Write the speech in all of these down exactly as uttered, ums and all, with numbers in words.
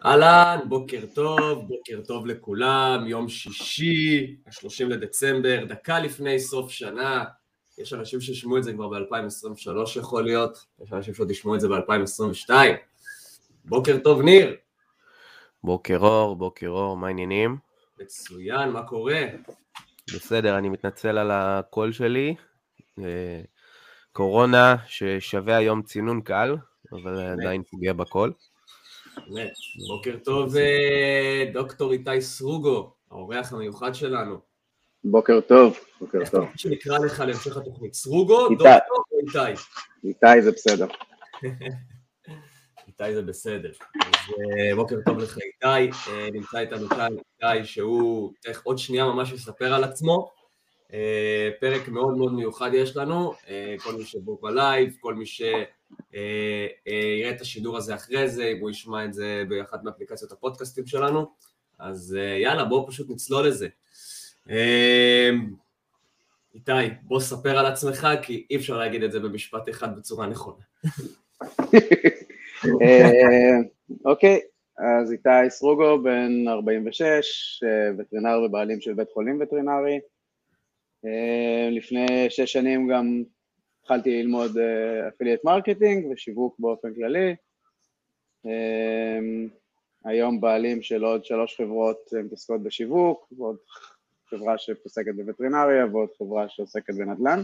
אהלן, בוקר טוב, בוקר טוב לכולם, יום שישי, ה-שלושים לדצמבר, דקה לפני סוף שנה, יש אנשים ששמעו את זה כבר ב-אלפיים עשרים ושלוש יכול להיות, יש אנשים שעוד ישמעו את זה ב-אלפיים עשרים ושתיים. בוקר טוב ניר. בוקר אור, בוקר אור, מה העניינים? מצוין, מה קורה? בסדר, אני מתנצל על הקול שלי, קורונה ששווה היום צינון קל, אבל עדיין פוגע בקול. בוקר טוב דוקטור איתי סרוגו, האורח המיוחד שלנו. בוקר טוב, בוקר איך טוב. אתה רוצה שנקרא לך להמשך התוכנית? סרוגו, איתי. דוקטור או איתי? איתי זה בסדר. איתי זה בסדר. אז בוקר טוב לך איתי, נמצא איתנו כאן איתי שהוא תכף עוד שנייה ממש יספר על עצמו. פרק מאוד מאוד מיוחד יש לנו, כל מי שבוא בלייב, כל מי שיראה את השידור הזה אחרי זה, אם הוא ישמע את זה באחת מאפליקציות הפודקאסטים שלנו, אז יאללה בואו פשוט נצלול לזה. איתי, בוא ספר על עצמך, כי אי אפשר להגיד את זה במשפט אחד בצורה נכונה. אוקיי, אז איתי סרוגו, בן ארבעים ושש, וטרינר ובעלים של בית חולים וטרינרי. לפני שש שנים גם התחלתי ללמוד אפילייט מרקטינג ושיווק באופן כללי. היום בעלים של עוד שלוש חברות מתעסקות בשיווק, ועוד חברה שפוסקת בווטרינריה, ועוד חברה שעוסקת בנדל"ן.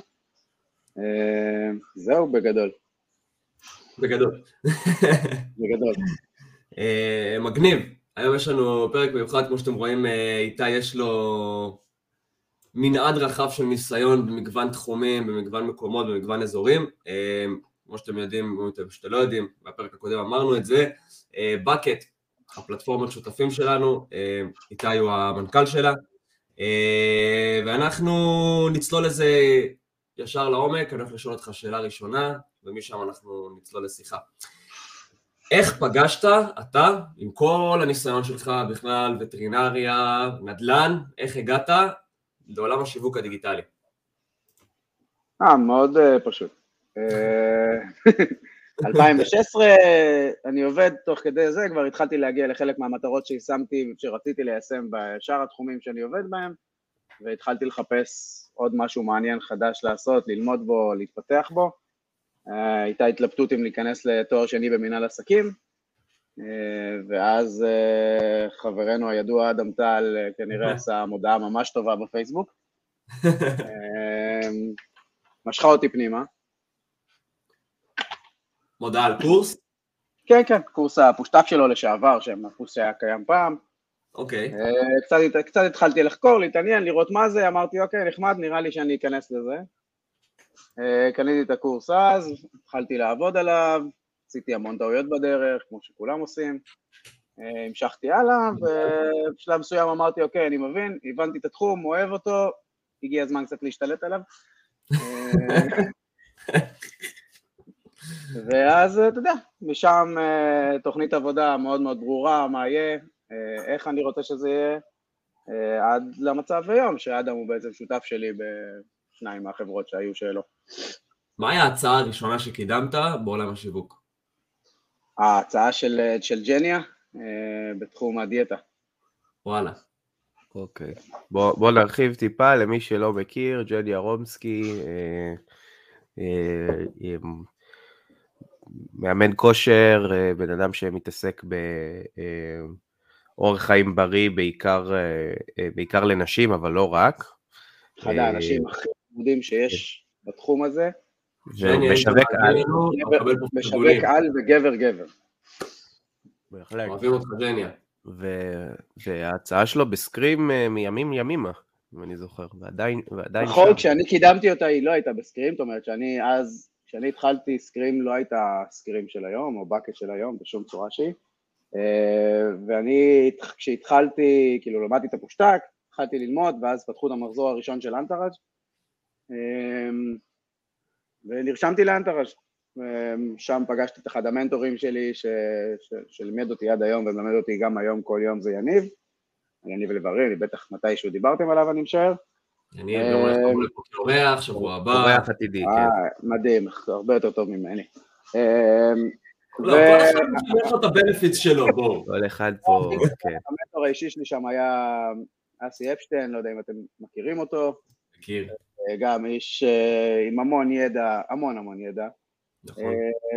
זהו בגדול. בגדול. בגדול. מגניב. היום יש לנו פרק מיוחד, כמו שאתם רואים, איתי יש לו מנעד רחב של ניסיון במגוון תחומים, במגוון מקומות, במגוון אזורים. כמו שאתם יודעים, או שאתם לא יודעים, בפרק הקודם אמרנו את זה. בקט, הפלטפורמת שותפים שלנו, איתי הוא המנכ"ל שלה. ואנחנו נצלול לזה ישר לעומק, אני הולך לשאול אותך שאלה ראשונה, ומשם אנחנו נצלול לשיחה. איך פגשת אתה, עם כל הניסיון שלך בכלל, וטרינריה, נדל"ן, איך הגעת לעולם השיווק הדיגיטלי? אה, מאוד פשוט. אלפיים ושש עשרה, אני עובד תוך כדי זה, כבר התחלתי להגיע לחלק מהמטרות ששמתי ושרציתי ליישם בשאר התחומים שאני עובד בהם, והתחלתי לחפש עוד משהו מעניין חדש לעשות, ללמוד בו, להתפתח בו. הייתה התלבטות אם להיכנס לתואר שני במנהל עסקים, ואז חברנו הידוע אדם טל כנראה עשה מודעה ממש טובה בפייסבוק. משכה אותי פנימה. מודעה על קורס? כן, כן, קורס הפושטק שלו לשעבר, שהקורס שהיה קיים פעם. אוקיי. קצת, קצת התחלתי לחקור, להתעניין, לראות מה זה, אמרתי, אוקיי, נחמד, נראה לי שאני אכנס לזה. קניתי את הקורס אז, התחלתי לעבוד עליו, עשיתי המון טעויות בדרך, כמו שכולם עושים, המשכתי הלאה, ובשלב מסוים אמרתי, אוקיי, אני מבין, הבנתי את התחום, אוהב אותו, הגיע הזמן קצת להשתלט עליו. ואז, אתה יודע, משם תוכנית עבודה מאוד מאוד ברורה, מה יהיה, איך אני רוצה שזה יהיה, עד למצב היום, שאדם הוא בעצם שותף שלי בשניים מהחברות שהיו שלו. מהי ההצעה הראשונה שקידמת בעולם השיווק? ההצעה של, של ג'ניה, בתחום הדיאטה. וואלה. אוקיי. בוא, בוא נרחיב טיפה למי שלא מכיר, ג'ניה רומסקי, אה, אה, אה, מאמן כושר, בן אדם שמתעסק באורח חיים בריא, בעיקר, בעיקר לנשים, אבל לא רק. אחד האנשים הכי עובדים שיש בתחום הזה. ומשווק על. משווק על וגבר גבר. אוהבים אותך ג'ניה. וההצעה שלו בסקרים מימים ימימה, אם אני זוכר, ועדיין שם. נכון, כשאני קידמתי אותה היא לא הייתה בסקרים, זאת אומרת שאני אז... כשאני התחלתי, סקרים לא הייתה סקרים של היום, או בקט של היום, בשום צורה שהיא, ואני, כשהתחלתי, כאילו, למדתי את הפושטק, התחלתי ללמוד, ואז פתחו את המחזור הראשון של אנטראז', ונרשמתי לאנטראז', שם פגשתי את אחד המנטורים שלי, שלימד אותי עד היום, ומלמד אותי גם היום, כל יום זה יניב, יניב לברר, אני בטח מתישהו דיברתם עליו, אני משער, אני הולך לאורח, שבוע הבא. אורח עתידי, כן. מדהים, הרבה יותר טוב ממני. לא, כל אחד יש לו את הבנפיץ שלו, בואו. כל אחד פה, כן. המנטור האישי שלי שם היה אסי אפשטיין, לא יודע אם אתם מכירים אותו. מכיר. גם איש עם המון ידע, המון המון ידע. נכון.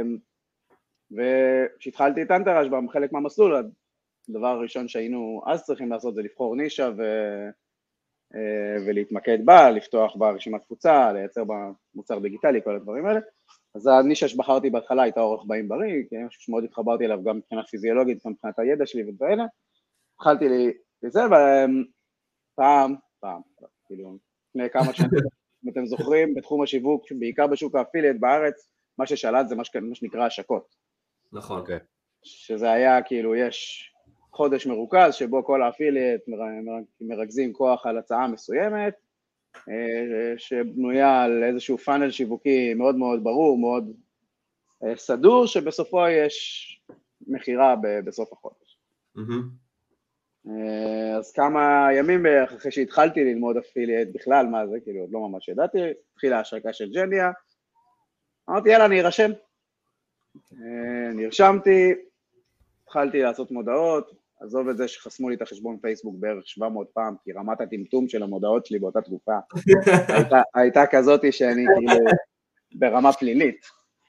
וכשהתחלתי את אנטראז' בחלק מהמסלול, הדבר הראשון שהיינו אז צריכים לעשות זה לבחור נישה ו... ולהתמקד בה, לפתוח בה רשימת תפוצה, לייצר בה מוצר דיגיטלי, כל הדברים האלה. אז הנישה שבחרתי בהתחלה הייתה אורח חיים בריא, כי משהו שמאוד התחברתי אליו גם מבחינה פיזיולוגית, גם מבחינת הידע שלי וכאלה. התחלתי לי לזה, ופעם, פעם, כאילו, לפני כמה שנים, אם אתם זוכרים, בתחום השיווק, בעיקר בשוק האפילייט בארץ, מה ששלט זה מה שנקרא השקות. נכון. אוקיי. שזה היה כאילו, יש חודש מרוכז, שבו כל האפילייט מרכזים כוח על הצעה מסוימת, שבנויה על איזשהו פאנל שיווקי מאוד מאוד ברור, מאוד סדור, שבסופו יש מחירה בסוף החודש. אז כמה ימים בערך אחרי שהתחלתי ללמוד אפילייט בכלל, מה זה, כאילו עוד לא ממש ידעתי, התחילה ההשקה של ג'ניה, אמרתי יאללה אני ארשם, נרשמתי, התחלתי לעשות מודעות, עזוב את זה שחסמו לי את החשבון פייסבוק בערך שבע מאות פעם, כי רמת הטמטום של המודעות שלי באותה תקופה הייתה, הייתה כזאת שאני כאילו ברמה פלילית.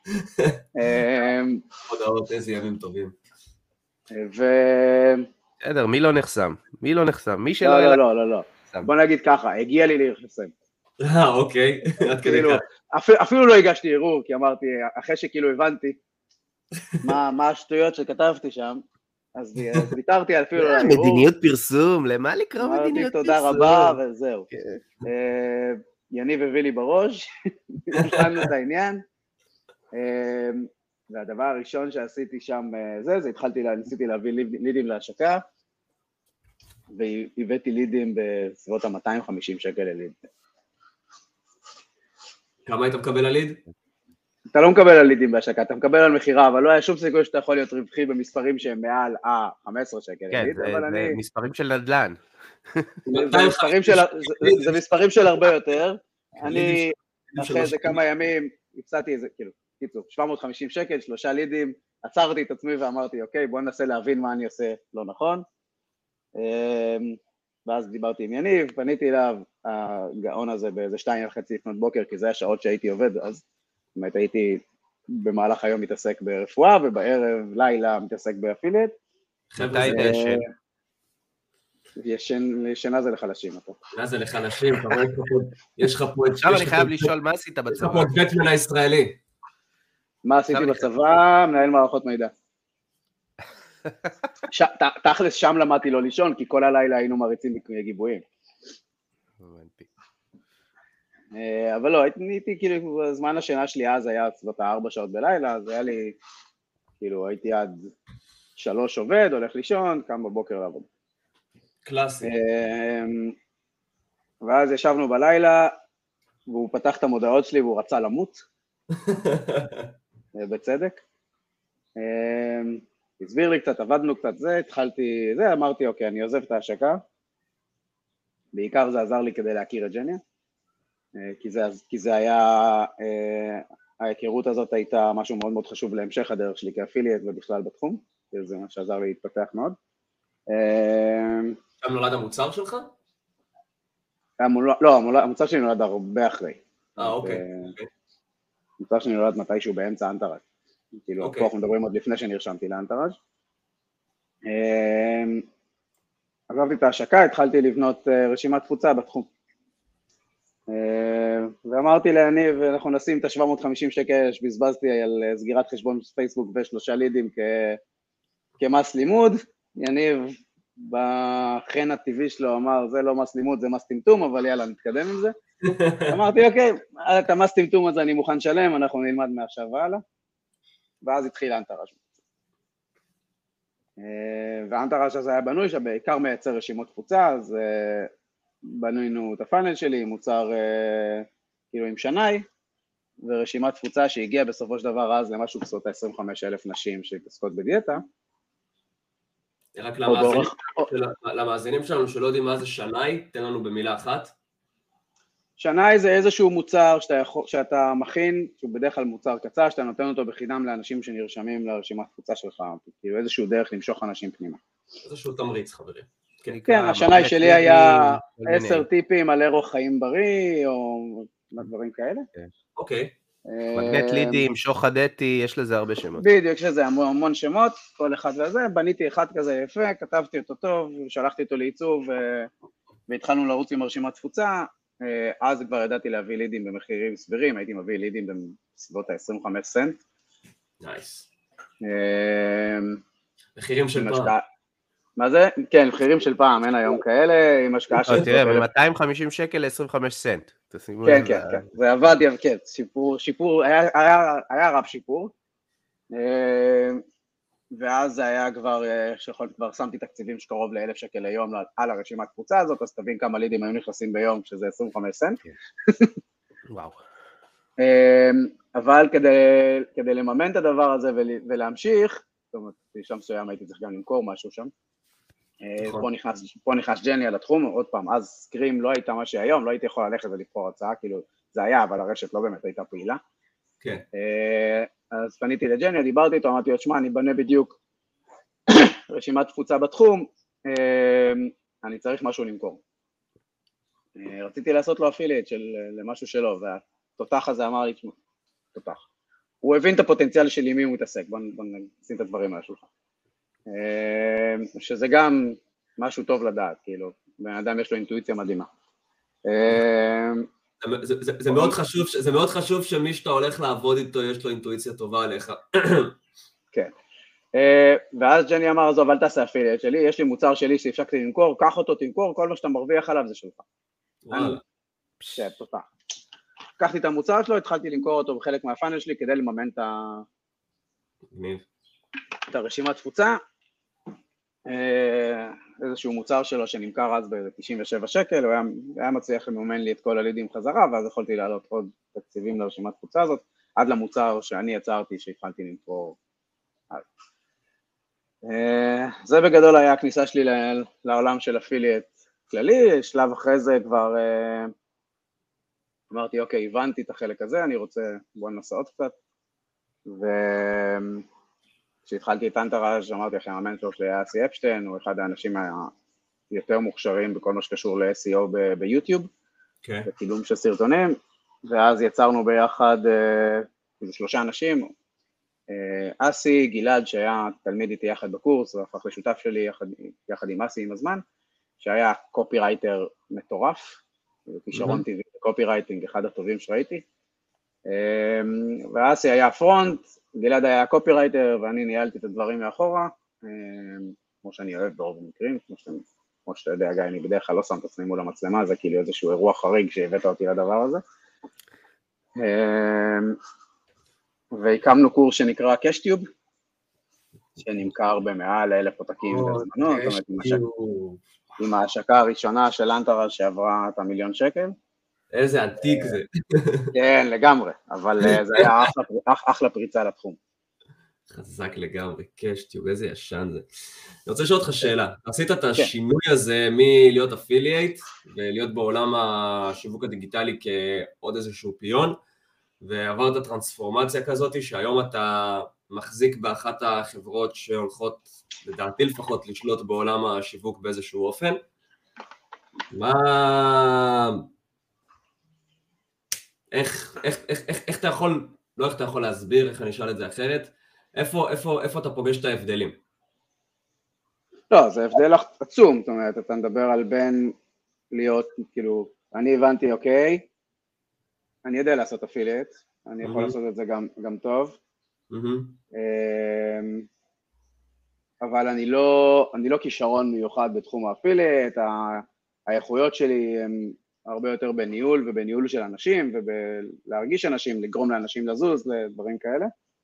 מודעות, איזה ימים טובים. ו... בסדר, מי לא נחסם? מי לא נחסם? מי שלא... לא, לא, לא, לא. בוא נגיד ככה, הגיע לי להיחסם. אה, אוקיי. אפילו לא הגשתי ערעור, כי אמרתי, אחרי שכאילו הבנתי מה השטויות שכתבתי שם, אז ויתרתי על אפילו לערעור. מדיניות פרסום, למה לקרוא מדיניות פרסום? תודה רבה, וזהו. יניב הביא לי בראש, התחלנו את העניין, והדבר הראשון שעשיתי שם זה, זה התחלתי, ניסיתי להביא לידים להשקה, והבאתי לידים בסביבות ה-מאתיים וחמישים שקל לליד. כמה היית מקבל על ליד? אתה לא מקבל על לידים בהשקה, אתה מקבל על מחירה, אבל לא היה שום סיכוי שאתה יכול להיות רווחי במספרים שהם מעל ה-חמש עשרה שקל. כן, זה מספרים של נדל"ן. זה מספרים של הרבה יותר. אני, אחרי איזה כמה ימים, הפסעתי איזה, כאילו, קיצור, שבע מאות וחמישים שקל, שלושה לידים, עצרתי את עצמי ואמרתי, אוקיי, בוא ננסה להבין מה אני עושה לא נכון. ואז דיברתי עם יניב, פניתי אליו, הגאון הזה באיזה שתיים וחצי לפנות בוקר, כי זה השעות שהייתי עובד, אז באמת הייתי במהלך היום מתעסק ברפואה, ובערב, לילה, מתעסק באפילייט. מתי היית ישן? ישן, ישנה זה לחלשים, אתה. ישנה זה לחלשים, אתה רואה יש לך פה... עכשיו אני חייב לשאול, מה עשית בצבא? יש לך פה את בטמן הישראלי. מה עשיתי בצבא? מנהל מערכות מידע. תכלס שם למדתי לא לישון, כי כל הלילה היינו מריצים גיבויים. אבל לא, הייתי כאילו, זמן השינה שלי אז היה סביבות הארבע שעות בלילה, אז היה לי, כאילו הייתי עד שלוש עובד, הולך לישון, קם בבוקר לעבוד. קלאסי. ואז ישבנו בלילה, והוא פתח את המודעות שלי והוא רצה למות, בצדק. הסביר לי קצת, עבדנו קצת זה, התחלתי זה, אמרתי אוקיי, אני עוזב את ההשקה, בעיקר זה עזר לי כדי להכיר את ג'ניה, כי זה, כי זה היה, ההיכרות הזאת הייתה משהו מאוד מאוד חשוב להמשך הדרך שלי כאפילייט ובכלל בתחום, זה מה שעזר לי להתפתח מאוד. שם נולד המוצר שלך? לא, המוצר שלי נולד הרבה אחרי. אה, אוקיי. המוצר שלי נולד מתישהו באמצע אנטראז'. כאילו, פה אנחנו מדברים עוד לפני שנרשמתי לאנטראז'. עזבתי את ההשקה, התחלתי לבנות רשימת תפוצה בתחום. ואמרתי ליניב, אנחנו נשים את ה-שבע מאות וחמישים שקל שבזבזתי על סגירת חשבון פייסבוק ושלושה לידים כמס לימוד. יניב, בחן הטבעי שלו אמר, זה לא מס לימוד, זה מס טמטום, אבל יאללה, נתקדם עם זה. אמרתי, אוקיי, את המס טמטום הזה אני מוכן שלם, אנחנו נלמד מעכשיו והלאה. ואז התחיל האנטראז'. והאנטראז' הזה היה בנוי, שבעיקר מייצר רשימות תפוצה, אז בנוינו את הפאנל שלי, מוצר כאילו עם שנאי, ורשימת תפוצה שהגיעה בסופו של דבר אז למשהו בסביבות ה-עשרים וחמישה אלף נשים שמתעסקות בדיאטה. רק למאזינים שלנו שלא יודעים מה זה שנאי, תן לנו במילה אחת. שנאי זה איזשהו מוצר שאתה, יכול, שאתה מכין, שהוא בדרך כלל מוצר קצר, שאתה נותן אותו בחינם לאנשים שנרשמים לרשימת קבוצה שלך, כאילו איזשהו דרך למשוך אנשים פנימה. איזשהו תמריץ, חברים. כן, השנאי שלי היה עשר טיפים על ערך חיים בריא, או דברים כאלה. אוקיי. מגנט לידים, שוחד אתי, יש לזה הרבה שמות. בדיוק, יש לזה המון שמות, כל אחד וזה, בניתי אחד כזה יפה, כתבתי אותו טוב, שלחתי אותו לעיצוב, והתחלנו לרוץ עם הרשימת תפוצה, אז כבר ידעתי להביא לידים במחירים סבירים, הייתי מביא לידים בסביבות ה-עשרים וחמישה סנט. נייס. מחירים של פעם. מה זה? כן, מחירים של פעם, אין היום כאלה, עם השקעה של... תראה, מ-מאתיים וחמישים שקל ל-עשרים וחמישה סנט. כן, כן, כן, זה עבד, כן, שיפור, שיפור, היה רב שיפור, ואז זה היה כבר, כבר שמתי תקציבים שקרוב לאלף שקל ליום על הרשימת קבוצה הזאת, אז תבין כמה לידים היו נכנסים ביום כשזה עשרים וחמישה סנט. וואו. אבל כדי לממן את הדבר הזה ולהמשיך, זאת אומרת, שם מסוים הייתי צריך גם למכור משהו שם, פה נכנס, פה נכנס ג'ני על התחום, עוד פעם, אז סקרים לא הייתה מה שהיום, לא הייתי יכול ללכת ולבחור הצעה, כאילו זה היה, אבל הרשת לא באמת הייתה פעילה. כן. אז פניתי לג'ני, דיברתי איתו, אמרתי לו, שמע, אני בנה בדיוק רשימת תפוצה בתחום, אני צריך משהו למכור. רציתי לעשות לו אפילייט של למשהו שלו, והתותח הזה אמר לי, תשמע, תותח. הוא הבין את הפוטנציאל של מי הוא מתעסק, בוא נשים את הדברים על השולחן. שזה גם משהו טוב לדעת, כאילו, בן אדם יש לו אינטואיציה מדהימה. זה מאוד חשוב, זה מאוד חשוב שמי שאתה הולך לעבוד איתו, יש לו אינטואיציה טובה עליך. כן. ואז ג'ני אמר, עזוב, אל תעשה אפילייט שלי, יש לי מוצר שלי שהפסקתי למכור, קח אותו, תמכור, כל מה שאתה מרוויח עליו זה שלך. וואלה. כן, תודה. לקחתי את המוצר שלו, התחלתי למכור אותו בחלק מהפאנל שלי כדי לממן את ה... את הרשימת תפוצה, איזשהו מוצר שלו שנמכר אז ב-תשעים ושבעה שקל, הוא היה, היה מצליח לממן לי את כל הלידים חזרה, ואז יכולתי לעלות עוד תקציבים לרשימת תפוצה הזאת, עד למוצר שאני יצרתי שהתחלתי למכור. זה בגדול היה הכניסה שלי לעולם של אפילייט כללי, שלב אחרי זה כבר אמרתי, אוקיי, הבנתי את החלק הזה, אני רוצה, בוא ננסה עוד קצת, ו... כשהתחלתי את אנטראז' אמרתי לכם, המנטור שלי היה אסי אפשטיין, הוא אחד האנשים היותר מוכשרים בכל מה שקשור ל-אס אי או ביוטיוב, בקידום של סרטונים, ואז יצרנו ביחד שלושה אנשים, אסי, גלעד שהיה תלמיד איתי יחד בקורס, והפך לשותף שלי יחד, יחד עם אסי עם הזמן, שהיה קופירייטר מטורף, וכישרון טבעי בקופירייטינג, אחד הטובים שראיתי, ואסי היה פרונט, גלעד היה קופירייטר ואני ניהלתי את הדברים מאחורה, כמו שאני אוהב ברוב המקרים, כמו שאתה, כמו שאתה יודע גיא, אני בדרך כלל לא שם את עצמי מול המצלמה, זה כאילו איזשהו אירוע חריג שהבאת אותי לדבר הזה. והקמנו קורס שנקרא קשטיוב, שנמכר במעל אלף עותקים בזמנו, זאת אומרת עם ההשקה הראשונה של אנטראז' שעברה את המיליון שקל. איזה עתיק זה. כן, לגמרי, אבל זה היה אחלה פריצה לתחום. חזק לגמרי, קשטיוב, איזה ישן זה. אני רוצה לשאול אותך שאלה, עשית את השינוי הזה מלהיות אפילייט ולהיות בעולם השיווק הדיגיטלי כעוד איזשהו פיון, ועברת טרנספורמציה כזאת שהיום אתה מחזיק באחת החברות שהולכות, לדעתי לפחות, לשלוט בעולם השיווק באיזשהו אופן. מה... איך, איך, איך, איך, איך אתה יכול, לא איך אתה יכול להסביר, איך אני אשאל את זה אחרת, איפה, איפה, איפה אתה פוגש את ההבדלים? לא, זה הבדל עצום, זאת אומרת, אתה מדבר על בין להיות, כאילו, אני הבנתי, אוקיי, אני יודע לעשות אפילייט, אני יכול לעשות את זה גם, גם טוב, אבל אני לא, אני לא כישרון מיוחד בתחום האפילייט, האיכויות שלי הן הרבה יותר בניהול ובניהול של אנשים, ובלהרגיש אנשים, לגרום לאנשים לזוז, לדברים כאלה.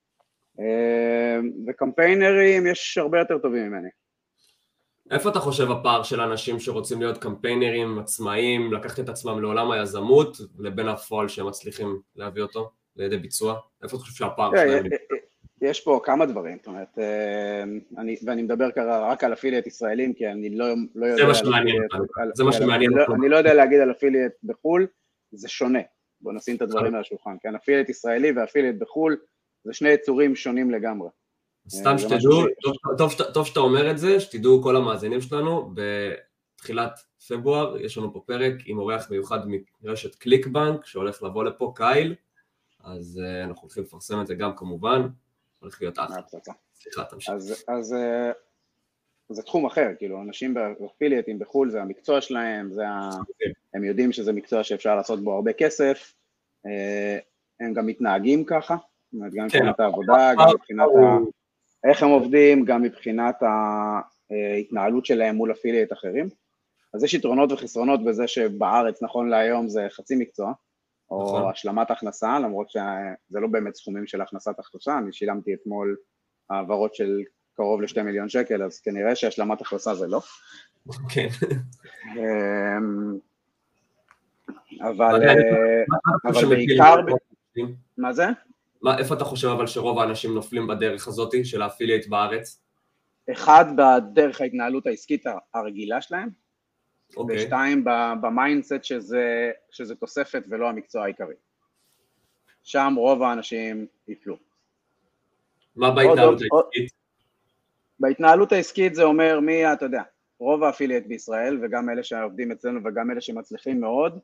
וקמפיינרים יש הרבה יותר טובים ממני. איפה אתה חושב הפער של אנשים שרוצים להיות קמפיינרים עצמאיים, לקחת את עצמם לעולם היזמות, לבין הפועל שהם מצליחים להביא אותו לידי ביצוע? איפה אתה חושב שהפער שלהם? יש פה כמה דברים, זאת אומרת, ואני מדבר רק על אפילייט ישראלים, כי אני לא יודע... זה מה שמעניין. זה מה שמעניין. אני לא יודע להגיד על אפילייט בחול, זה שונה. בואו נשים את הדברים על השולחן, כן? אפילייט ישראלי ואפילייט בחול, זה שני יצורים שונים לגמרי. סתם שתדעו, טוב שאתה אומר את זה, שתדעו כל המאזינים שלנו, בתחילת פברואר יש לנו פה פרק עם אורח מיוחד מרשת קליקבנק, שהולך לבוא לפה, קייל, אז אנחנו הולכים לפרסם את זה גם כמובן, הולך להיות אחלה. סליחה, תמשיך. אז זה תחום אחר, כאילו, אנשים באפילייטים בחול, זה המקצוע שלהם, הם יודעים שזה מקצוע שאפשר לעשות בו הרבה כסף, הם גם מתנהגים ככה, גם מבחינת העבודה, גם מבחינת איך הם עובדים, גם מבחינת ההתנהלות שלהם מול אפילייט אחרים. אז יש יתרונות וחסרונות בזה שבארץ נכון להיום זה חצי מקצוע, או השלמת הכנסה, למרות שזה לא באמת סכומים של הכנסת הכנסה, אני שילמתי אתמול העברות של קרוב לשתי מיליון שקל, אז כנראה שהשלמת הכנסה זה לא. כן. אבל בעיקר... מה זה? איפה אתה חושב אבל שרוב האנשים נופלים בדרך הזאת של האפילייט בארץ? אחד, בדרך ההתנהלות העסקית הרגילה שלהם, ושתיים, במיינדסט שזה, שזה תוספת ולא המקצוע העיקרי. שם רוב האנשים יפלו. מה בהתנהלות העסקית? בהתנהלות העסקית זה אומר מי, אתה יודע, רוב האפילייט בישראל, וגם אלה שעובדים אצלנו וגם אלה שמצליחים מאוד,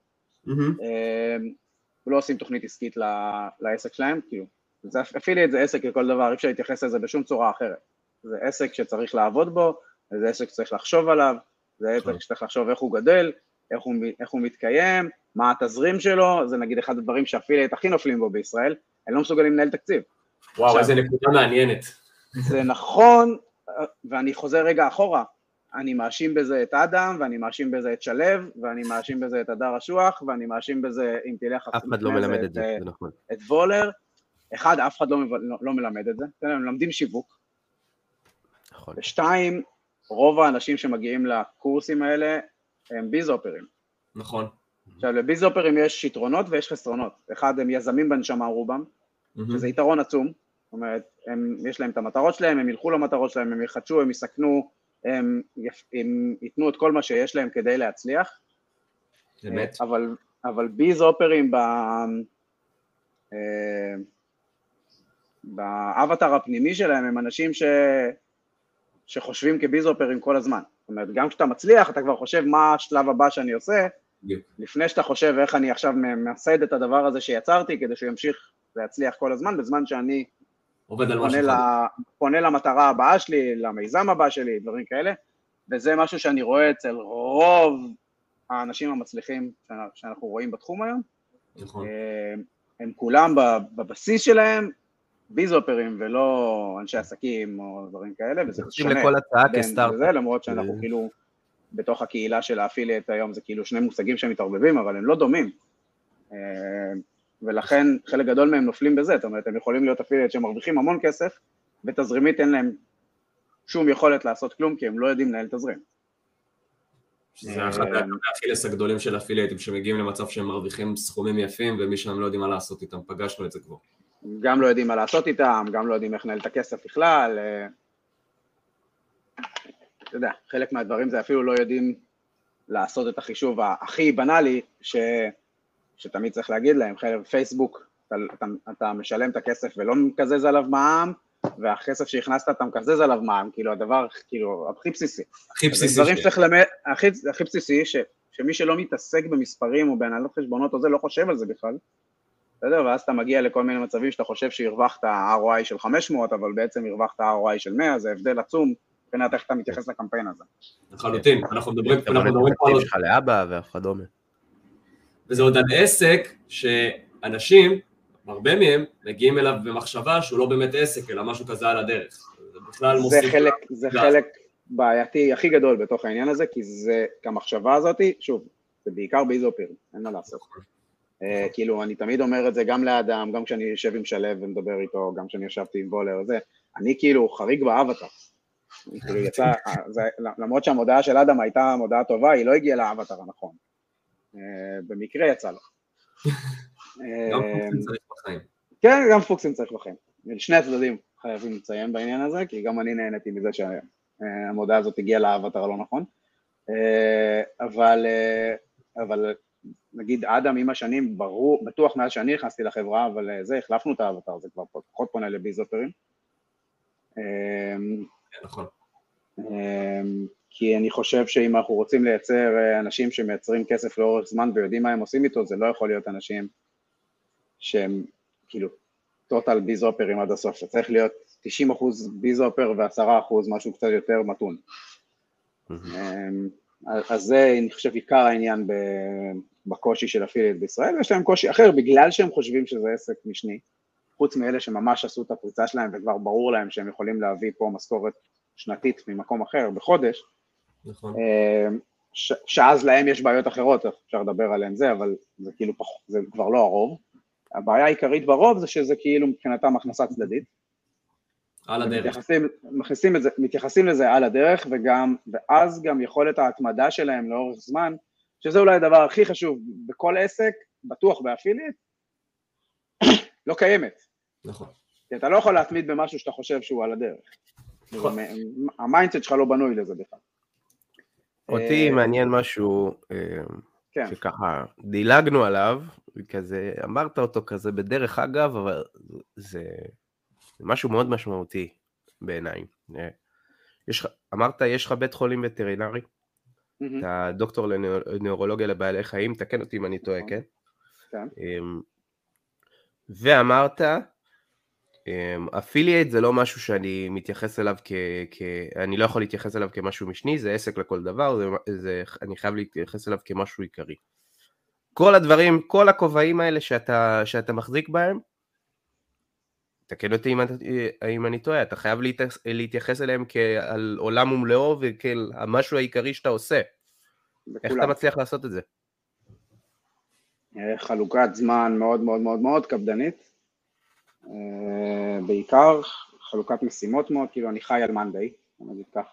לא עושים תוכנית עסקית לעסק שלהם, כאילו, אפילייט זה עסק לכל דבר, אי אפשר להתייחס לזה בשום צורה אחרת. זה עסק שצריך לעבוד בו, זה עסק שצריך לחשוב עליו, זה עסק שצריך לחשוב איך הוא גדל, איך הוא, איך הוא מתקיים, מה התזרים שלו, זה נגיד אחד הדברים שאפילייט הכי נופלים בו בישראל, הם לא מסוגלים לנהל תקציב. וואו, איזה נקודה מעניינת. זה נכון, ואני חוזר רגע אחורה, אני מאשים בזה את אדם, ואני מאשים בזה את שלב, ואני מאשים בזה את הדר אשוח, ואני מאשים בזה, אם תלך... אף אחד לא מלמד את זה, זה נכון. את וולר, אחד, אף אחד לא, לא מלמד את זה, הם מלמדים שיווק. נכון. ושתיים, רוב האנשים שמגיעים לקורסים האלה, הם ביז-אופרים. נכון. עכשיו, לביז-אופרים יש יתרונות ויש חסרונות. אחד, הם יזמים בנשמה רובם, שזה יתרון עצום, זאת אומרת, הם, יש להם את המטרות שלהם, הם ילכו למטרות שלהם, הם יחדשו, הם יסכנו, הם, הם ייתנו את כל מה שיש להם כדי להצליח. באמת. אבל, אבל ביז-אופרים ב... באבטר הפנימי שלהם הם אנשים ש... שחושבים כביז-אופרים כל הזמן. זאת אומרת, גם כשאתה מצליח, אתה כבר חושב מה השלב הבא שאני עושה, לפני שאתה חושב איך אני עכשיו מסד את הדבר הזה שיצרתי, כדי שהוא ימשיך להצליח כל הזמן, בזמן שאני פונה, לה, פונה למטרה הבאה שלי, למיזם הבא שלי, דברים כאלה, וזה משהו שאני רואה אצל רוב האנשים המצליחים שאנחנו רואים בתחום היום. נכון. הם כולם בבסיס שלהם, ביז-אופרים ולא אנשי עסקים או דברים כאלה, וזה שונה לכל הצעה כסטארט. למרות שאנחנו כאילו בתוך הקהילה של האפילייט היום, זה כאילו שני מושגים שמתערבבים, אבל הם לא דומים. ולכן חלק גדול מהם נופלים בזה, זאת אומרת, הם יכולים להיות אפילייט שמרוויחים המון כסף, ותזרימית אין להם שום יכולת לעשות כלום, כי הם לא יודעים לנהל תזרים. שזה אחד האכילס הגדולים של אפילייטים, שמגיעים למצב שהם מרוויחים סכומים יפים, ומי שהם לא יודעים מה לעשות איתם, פגשנו את זה כבר. גם לא יודעים מה לעשות איתם, גם לא יודעים איך לנהל את הכסף בכלל. אתה יודע, חלק מהדברים זה אפילו לא יודעים לעשות את החישוב הכי בנאלי, ש... שתמיד צריך להגיד להם, חלק פייסבוק, אתה, אתה, אתה משלם את הכסף ולא מקזז עליו מע"מ, והכסף שהכנסת אתה מקזז עליו מע"מ, כאילו הדבר, כאילו, הכי בסיסי. הכי בסיסי. דברים שצריך למד, הכי, הכי בסיסי, ש, שמי שלא מתעסק במספרים או בהנהלת חשבונות או זה, לא חושב על זה בכלל. בסדר? ואז אתה מגיע לכל מיני מצבים שאתה חושב שהרווחת אר או איי של חמש מאות, אבל בעצם הרווחת אר או איי של מאה, זה הבדל עצום, מבחינת איך אתה מתייחס לקמפיין הזה. לחלוטין, אנחנו מדברים, אנחנו מדברים פה על... שלך לאבא וכדומה. וזה עוד על עסק שאנשים, הרבה מהם, מגיעים אליו במחשבה שהוא לא באמת עסק, אלא משהו כזה על הדרך. זה בכלל מוסיף... זה חלק, זה חלק בעייתי הכי גדול בתוך העניין הזה, כי זה, כמחשבה הזאת, שוב, זה בעיקר ביז-אופרים, אין מה לעשות. כאילו, אני תמיד אומר את זה גם לאדם, גם כשאני יושב עם שלב ומדבר איתו, גם כשאני ישבתי עם וולר וזה, אני כאילו חריג באבטר. כאילו יצא, למרות שהמודעה של אדם הייתה מודעה טובה, היא לא הגיעה לאבטר הנכון. במקרה יצא לו. גם פוקסים צריך בחיים. כן, גם פוקסים צריך בחיים. שני הצדדים חייבים לציין בעניין הזה, כי גם אני נהניתי מזה שהמודעה הזאת הגיעה לאבטר הלא נכון. אבל, אבל נגיד אדם עם השנים, ברור, בטוח מאז שאני נכנסתי לחברה, אבל זה, החלפנו את האבטר, זה כבר פחות פונה לביזופרים. נכון. כי אני חושב שאם אנחנו רוצים לייצר אנשים שמייצרים כסף לאורך זמן ויודעים מה הם עושים איתו, זה לא יכול להיות אנשים שהם כאילו טוטל ביזופרים עד הסוף, צריך להיות תשעים אחוז ביזופר ו-עשרה אחוז משהו קצת יותר מתון. אז זה אני חושב עיקר העניין בקושי של אפילייט בישראל, ויש להם קושי אחר בגלל שהם חושבים שזה עסק משני, חוץ מאלה שממש עשו את הפריצה שלהם וכבר ברור להם שהם יכולים להביא פה משכורת שנתית ממקום אחר בחודש, נכון. ש- שאז להם יש בעיות אחרות, אפשר לדבר עליהם זה, אבל זה כאילו פח, זה כבר לא הרוב. הבעיה העיקרית ברוב זה שזה כאילו מבחינתם הכנסה צדדית. על הדרך. מתייחסים, מכניסים את זה, מתייחסים לזה על הדרך, וגם, ואז גם יכולת ההתמדה שלהם לאורך זמן, שזה אולי הדבר הכי חשוב בכל עסק, בטוח באפילייט, לא קיימת. נכון. כי אתה לא יכול להתמיד במשהו שאתה חושב שהוא על הדרך. נכון. המיינדסט שלך לא בנוי לזה בכלל. אותי מעניין משהו כן. שככה דילגנו עליו, כזה, אמרת אותו כזה בדרך אגב, אבל זה, זה משהו מאוד משמעותי בעיניי. יש, אמרת, יש לך בית חולים וטרינרי, אתה דוקטור לנוירולוגיה לבעלי חיים, תקן אותי אם אני טועה, כן? כן. ואמרת, אפילייט זה לא משהו שאני מתייחס אליו כ... כ... אני לא יכול להתייחס אליו כמשהו משני, זה עסק לכל דבר, זה... זה... אני חייב להתייחס אליו כמשהו עיקרי. כל הדברים, כל הכובעים האלה שאתה, שאתה מחזיק בהם, תקן אותי אם, אם אני טועה, אתה חייב להתייחס, להתייחס אליהם כעל עולם ומלואו וכאל המשהו העיקרי שאתה עושה. בכולם. איך אתה מצליח לעשות את זה? חלוקת זמן מאוד מאוד מאוד מאוד קפדנית. בעיקר חלוקת משימות מאוד, כאילו אני חי על מנדי, אני אגיד ככה,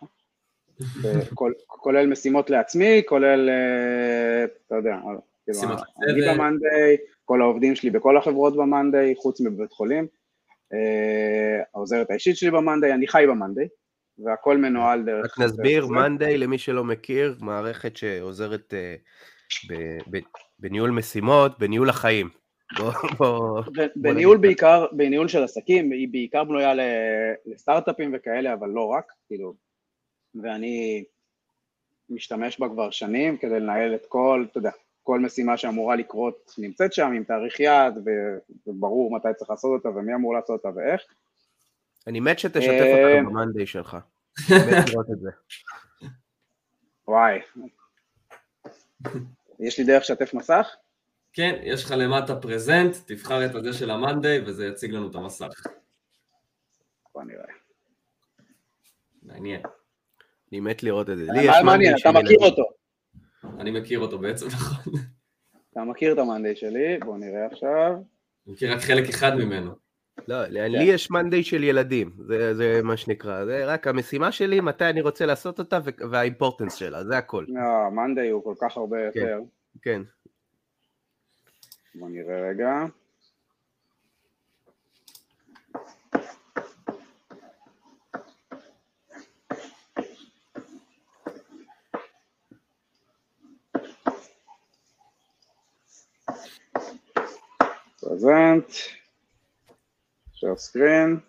כולל משימות לעצמי, כולל, אתה יודע, אני במנדי, כל העובדים שלי בכל החברות במנדי, חוץ מבית חולים, העוזרת האישית שלי במנדי, אני חי במנדי, והכל מנוהל דרך... רק נסביר, מנדי למי שלא מכיר, מערכת שעוזרת בניהול משימות, בניהול החיים. בניהול בעיקר, בניהול של עסקים, היא בעיקר בנויה לסטארט-אפים וכאלה, אבל לא רק, כאילו, ואני משתמש בה כבר שנים כדי לנהל את כל, אתה יודע, כל משימה שאמורה לקרות נמצאת שם עם תאריך יעד, וברור מתי צריך לעשות אותה ומי אמור לעשות אותה ואיך. אני מת שתשתף אותנו במנדי שלך, מת לראות את זה. וואי, יש לי דרך שתף מסך? כן, יש לך למטה פרזנט, תבחר את הזה של המנדי, וזה יציג לנו את המסך. בוא נראה. מעניין. אני מת לראות את זה. מה מעניין? אתה מכיר אותו. אני מכיר אותו בעצם, נכון. אתה מכיר את המנדי שלי, בוא נראה עכשיו. אני מכיר רק חלק אחד ממנו. לא, לי יש מנדי של ילדים, זה מה שנקרא, זה רק המשימה שלי, מתי אני רוצה לעשות אותה, והאימפורטנס שלה, זה הכל. לא, מנדי הוא כל כך הרבה יותר. כן. בוא נראה רגע. פרזנט. share screen.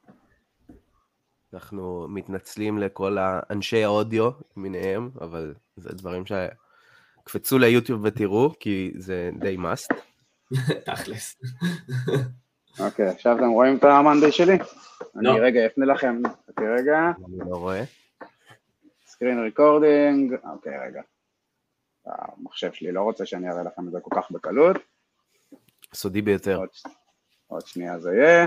אנחנו מתנצלים לכל האנשי האודיו מיניהם, אבל זה דברים שקפצו ליוטיוב ותראו, כי זה די must. תכלס. אוקיי, עכשיו אתם רואים את המנדי שלי? אני רגע אפנה לכם, אוקיי רגע. אני לא רואה. סקרין ריקורדינג, אוקיי רגע. המחשב שלי לא רוצה שאני אראה לכם את זה כל כך בקלות. סודי ביותר. עוד, עוד שנייה זה יהיה.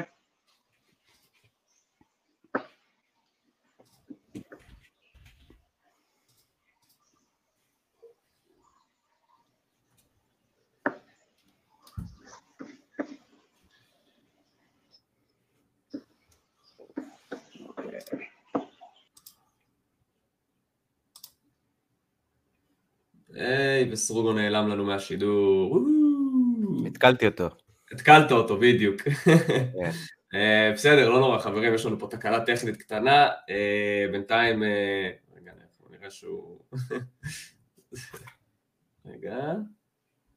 היי, וסרוגו נעלם לנו מהשידור. התקלתי אותו. התקלת אותו, בדיוק. בסדר, לא נורא, חברים, יש לנו פה תקלה טכנית קטנה. בינתיים, רגע, נראה שהוא... רגע.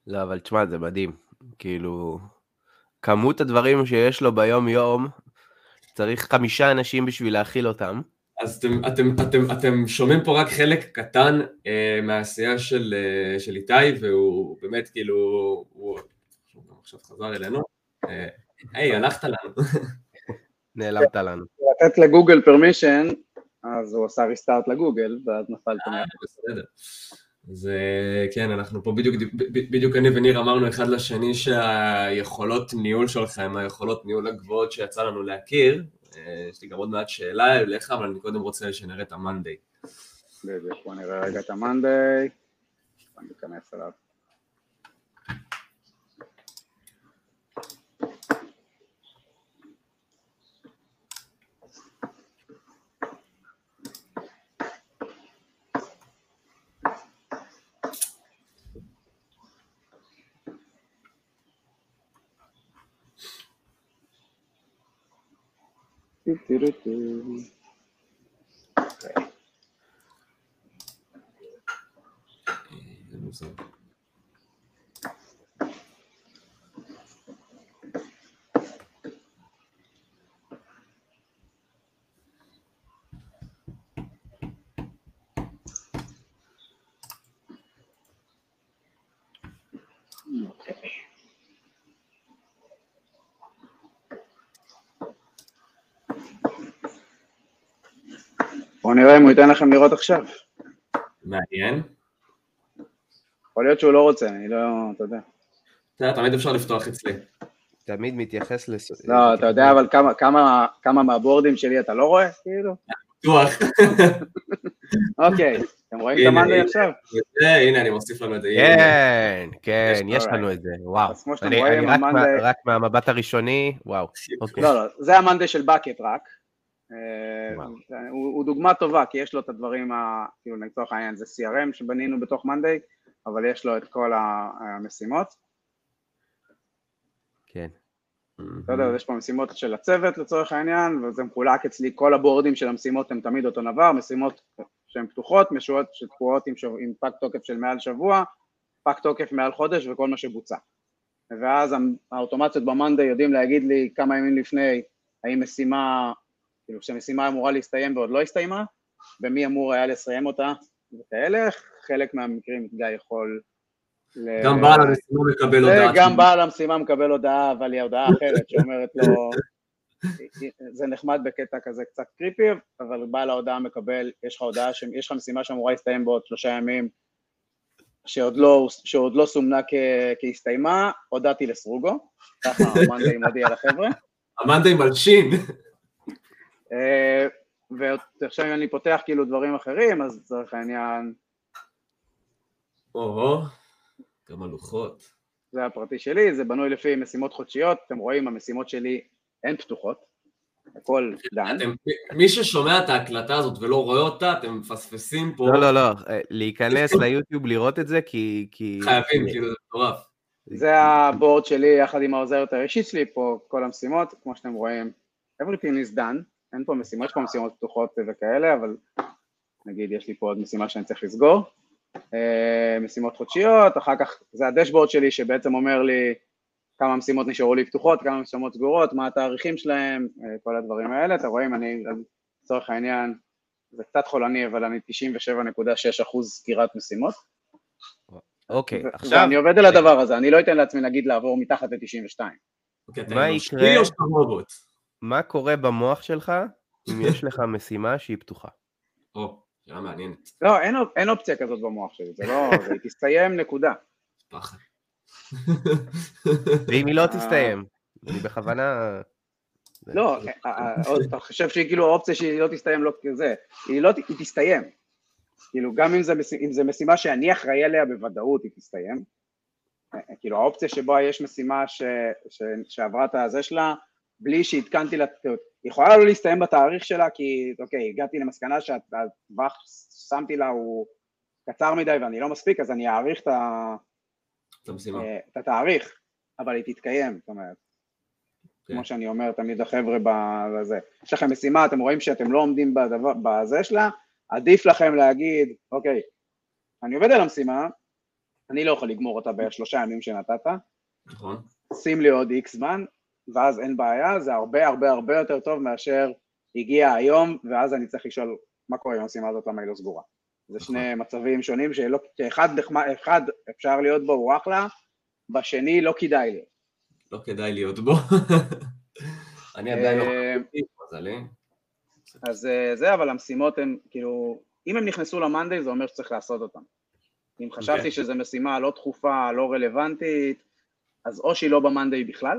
לא, אבל תשמע, זה מדהים. כאילו, כמות הדברים שיש לו ביום יום, צריך חמישה אנשים בשביל להכיל אותם. אז אתם, אתם, אתם, אתם שומעים פה רק חלק קטן אה, מהעשייה של, אה, של איתי, והוא באמת כאילו, הוא, הוא גם עכשיו חזר אלינו. אה, היי, הלכת לנו. נעלמת לנו. לתת לגוגל פרמישן, אז הוא עשה ריסטארט לגוגל, ואז נפלתם. בסדר. אז כן, אנחנו פה בדיוק, בדיוק אני וניר אמרנו אחד לשני שהיכולות ניהול שלך הם היכולות ניהול הגבוהות שיצא לנו להכיר. יש לי גם עוד מעט שאלה אליך, אבל אני קודם רוצה שנראה את המנדי. בדיוק, בוא נראה רגע את המנדי. בוא ניכנס אליו. בואו נראה אם הוא ייתן לכם לראות עכשיו. מעניין. יכול להיות שהוא לא רוצה, אני לא, אתה יודע. אתה יודע, תמיד אפשר לפתוח אצלי. תמיד מתייחס לס... לא, אתה יודע, אבל כמה, כמה, כמה מהבורדים שלי אתה לא רואה, כאילו? בטוח. אוקיי, אתם רואים את המנדי עכשיו? הנה, אני מוסיף לנו את זה. כן, כן, יש לנו את זה, וואו. אני רק מהמבט הראשוני, וואו. לא, לא, זה המנדי של בקט רק. הוא דוגמה טובה, כי יש לו את הדברים, כאילו לצורך העניין זה סי אר אם שבנינו בתוך מנדי, אבל יש לו את כל המשימות. כן. אתה יודע, יש פה משימות של הצוות לצורך העניין, וזה מחולק אצלי, כל הבורדים של המשימות הם תמיד אותו דבר, משימות שהן פתוחות, משורות שתקועות עם, עם פק תוקף של מעל שבוע, פק תוקף מעל חודש וכל מה שבוצע. ואז האוטומציות במנדי יודעים להגיד לי כמה ימים לפני, האם משימה, כאילו שהמשימה אמורה להסתיים ועוד לא הסתיימה, ומי אמור היה לסיים אותה, וכאלה, חלק מהמקרים גיא יכול... גם בעל המשימה מקבל הודעה. גם בעל המשימה מקבל הודעה, אבל היא הודעה אחרת שאומרת לו, זה נחמד בקטע כזה קצת קריפי, אבל בעל ההודעה מקבל, יש לך הודעה, יש לך משימה שאמורה להסתיים בעוד שלושה ימים, שעוד לא, שעוד לא סומנה כהסתיימה, הודעתי לסרוגו, ככה המנדי מודיע לחבר'ה. המנדי מלשין. ועכשיו אם אני פותח כאילו דברים אחרים, אז צריך העניין... או-הו, כמה לוחות. זה הפרטי שלי, זה בנוי לפי משימות חודשיות, אתם רואים, המשימות שלי הן פתוחות, הכל דן. מי ששומע את ההקלטה הזאת ולא רואה אותה, אתם מפספסים פה... לא, לא, לא, להיכנס ליוטיוב לראות את זה, כי... חייבים, כאילו זה מטורף. זה הבורד שלי יחד עם העוזרת הראשית שלי, פה כל המשימות, כמו שאתם רואים, everything is done, אין פה משימות, יש פה משימות פתוחות וכאלה, אבל נגיד יש לי פה עוד משימה שאני צריך לסגור, משימות חודשיות, אחר כך זה הדשבורד שלי שבעצם אומר לי כמה משימות נשארו לי פתוחות, כמה משימות סגורות, מה התאריכים שלהם, כל הדברים האלה, אתם רואים, אני לצורך העניין, זה קצת חולני, אבל אני תשעים ושבע נקודה שש אחוז סגירת משימות. אוקיי, עכשיו... ואני עובד על הדבר הזה, אני לא אתן לעצמי להגיד לעבור מתחת ל-תשעים ושתיים. מה יקרה? מה קורה במוח שלך אם יש לך משימה שהיא פתוחה? או, שאלה מעניינת. לא, אין אופציה כזאת במוח שלי, זה לא, זה תסתיים נקודה. פחד. ואם היא לא תסתיים, אני בכוונה... לא, אתה חושב שהיא כאילו האופציה שהיא לא תסתיים, לא כזה, היא לא, היא תסתיים. כאילו, גם אם זה משימה שאני אחראי עליה בוודאות, היא תסתיים. כאילו, האופציה שבה יש משימה שעברה את הזה שלה, בלי שהתקנתי לה, היא יכולה לא להסתיים בתאריך שלה, כי, אוקיי, הגעתי למסקנה שהטווח שמתי לה הוא קצר מדי ואני לא מספיק, אז אני אעריך את, ה... את התאריך, אבל היא תתקיים, זאת אומרת, okay. כמו שאני אומר תמיד החבר'ה בזה. יש לכם משימה, אתם רואים שאתם לא עומדים בדבר, בזה שלה, עדיף לכם להגיד, אוקיי, אני עובד על המשימה, אני לא יכול לגמור אותה בשלושה ימים שנתת, נכון. שים לי עוד איקס זמן, ואז אין בעיה, זה הרבה הרבה הרבה יותר טוב מאשר הגיע היום, ואז אני צריך לשאול מה קורה עם המשימה הזאת, למה היא לא סגורה. זה שני מצבים שונים, שלא, שאחד אחד אפשר להיות בו, הוא אחלה, בשני לא כדאי לי. לא כדאי להיות בו. אני עדיין לא חייבתי, מזלי. אז זה, אבל המשימות הן, כאילו, אם הם נכנסו למנדי, זה אומר שצריך לעשות אותם. אם חשבתי שזו משימה לא דחופה, לא רלוונטית, אז או שהיא לא במנדי בכלל,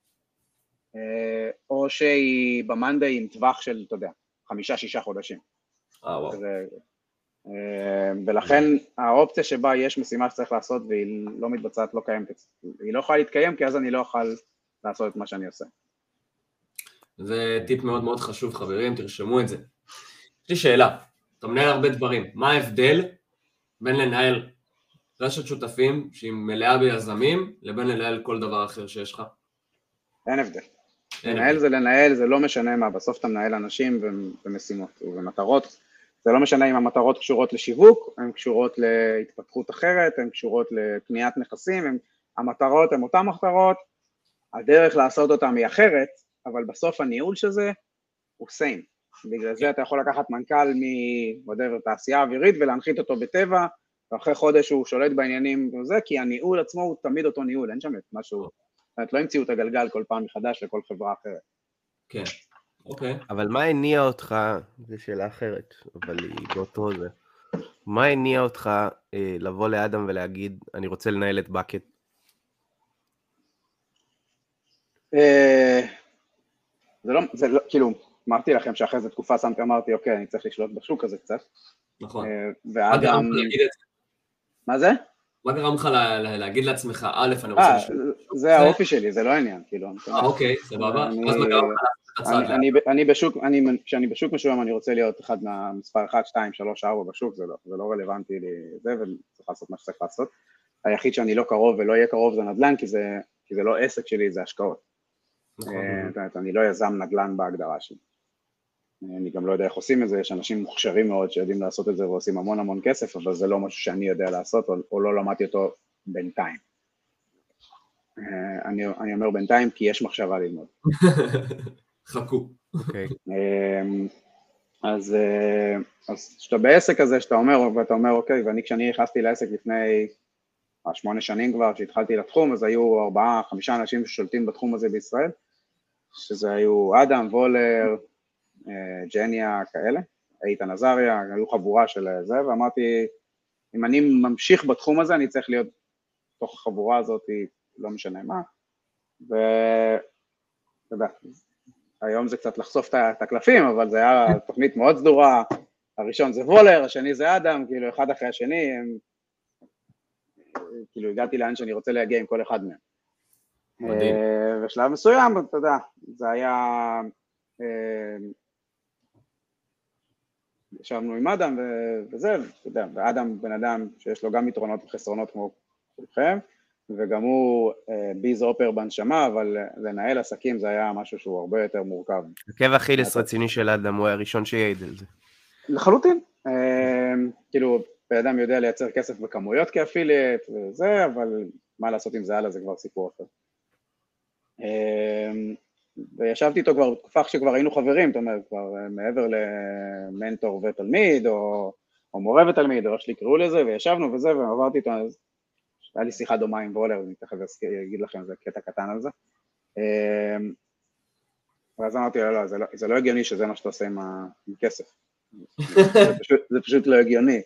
או שהיא במנדי עם טווח של, אתה יודע, חמישה, שישה חודשים. אה, וואו. ולכן האופציה שבה יש משימה שצריך לעשות והיא לא מתבצעת, לא קיימת, היא לא יכולה להתקיים, כי אז אני לא אוכל לעשות את מה שאני עושה. זה טיפ מאוד מאוד חשוב, חברים, תרשמו את זה. יש לי שאלה, אתה מנהל הרבה דברים, מה ההבדל בין לנהל רשת שותפים שהיא מלאה ביזמים, לבין לנהל כל דבר אחר שיש לך? אין הבדל. לנהל זה לנהל, זה לא משנה מה, בסוף אתה מנהל אנשים ומשימות ומטרות, זה לא משנה אם המטרות קשורות לשיווק, הן קשורות להתפתחות אחרת, הן קשורות לקניית נכסים, הן, המטרות הן אותן מטרות, הדרך לעשות אותן היא אחרת, אבל בסוף הניהול שזה הוא סיים. בגלל זה אתה יכול לקחת מנכ"ל מתעשייה אווירית ולהנחית אותו בטבע, ואחרי חודש הוא שולט בעניינים וזה, כי הניהול עצמו הוא תמיד אותו ניהול, אין שם את משהו, זאת לא המציאו את הגלגל כל פעם מחדש לכל חברה אחרת. כן, אוקיי. אבל מה הניע אותך, זו שאלה אחרת, אבל היא באותו זה, מה הניע אותך אה, לבוא לאדם ולהגיד, אני רוצה לנהל את בקט? אה, זה לא, זה לא, כאילו, אמרתי לכם שאחרי זו תקופה שמתי, אמרתי, אוקיי, אני צריך לשלוט בשוק הזה קצת. נכון. ואדם... מה גרם לך להגיד את זה? מה זה? מה גרם לך להגיד לעצמך, א', אני רוצה לשלוט? זה האופי שלי, זה לא העניין, כאילו. אה, אוקיי, סבבה. אז מה גרם לך לעשות את הצד? אני בשוק, כשאני בשוק משום, אני רוצה להיות אחד מהמספר אחת, שתיים, שלוש, ארבע בשוק, זה לא רלוונטי לי זה, וצריך לעשות מה שצריך לעשות. היחיד שאני לא קרוב ולא יהיה קרוב זה נדל"ן, כי זה לא עסק שלי, זה השקעות. אני לא יזם נדל"ן בהגדרה שלי. אני גם לא יודע איך עושים את זה, יש אנשים מוכשרים מאוד שיודעים לעשות את זה ועושים המון המון כסף, אבל זה לא משהו שאני יודע לעשות, או לא למדתי אותו בינתיים. אני, אני אומר בינתיים כי יש מחשבה ללמוד. חכו. אז, אז שאתה בעסק הזה, שאתה אומר, ואתה אומר, אוקיי, ואני כשאני נכנסתי לעסק לפני שמונה שנים כבר, שהתחלתי לתחום, אז היו ארבעה, חמישה אנשים ששולטים בתחום הזה בישראל, שזה היו אדם, וולר, ג'ניה, כאלה, איתן עזריה, היו חבורה של זה, ואמרתי, אם אני ממשיך בתחום הזה, אני צריך להיות תוך החבורה הזאת, לא משנה מה, ואתה יודע, היום זה קצת לחשוף את הקלפים, אבל זה היה תוכנית מאוד סדורה, הראשון זה וולר, השני זה אדם, כאילו אחד אחרי השני, הם, כאילו הגעתי לאן שאני רוצה להגיע עם כל אחד מהם. מדהים. ושלב מסוים, אתה יודע, זה היה, ישבנו עם אדם וזה, אתה יודע, ואדם בן אדם שיש לו גם יתרונות וחסרונות כמו כולכם, וגם הוא ביז אופר בנשמה, אבל לנהל עסקים זה היה משהו שהוא הרבה יותר מורכב. עקב אכילס רציני של אדם, הוא היה הראשון שיעיד על זה. לחלוטין. כאילו, בן אדם יודע לייצר כסף בכמויות כאפילייט וזה, אבל מה לעשות עם זה הלאה זה כבר סיפור אחר. וישבתי איתו כבר בתקופה שכבר היינו חברים, זאת אומרת, כבר מעבר למנטור ותלמיד, או, או מורה ותלמיד, או איך שיקראו לזה, וישבנו וזה, ועברתי איתו, אז היה לי שיחה דומה עם וולר, אני תכף אגיד לכם, זה קטע קטן על זה. ואז אמרתי, לא, לא, זה לא, זה לא הגיוני שזה מה שאתה עושה עם, ה, עם כסף. זה פשוט, זה פשוט לא הגיוני.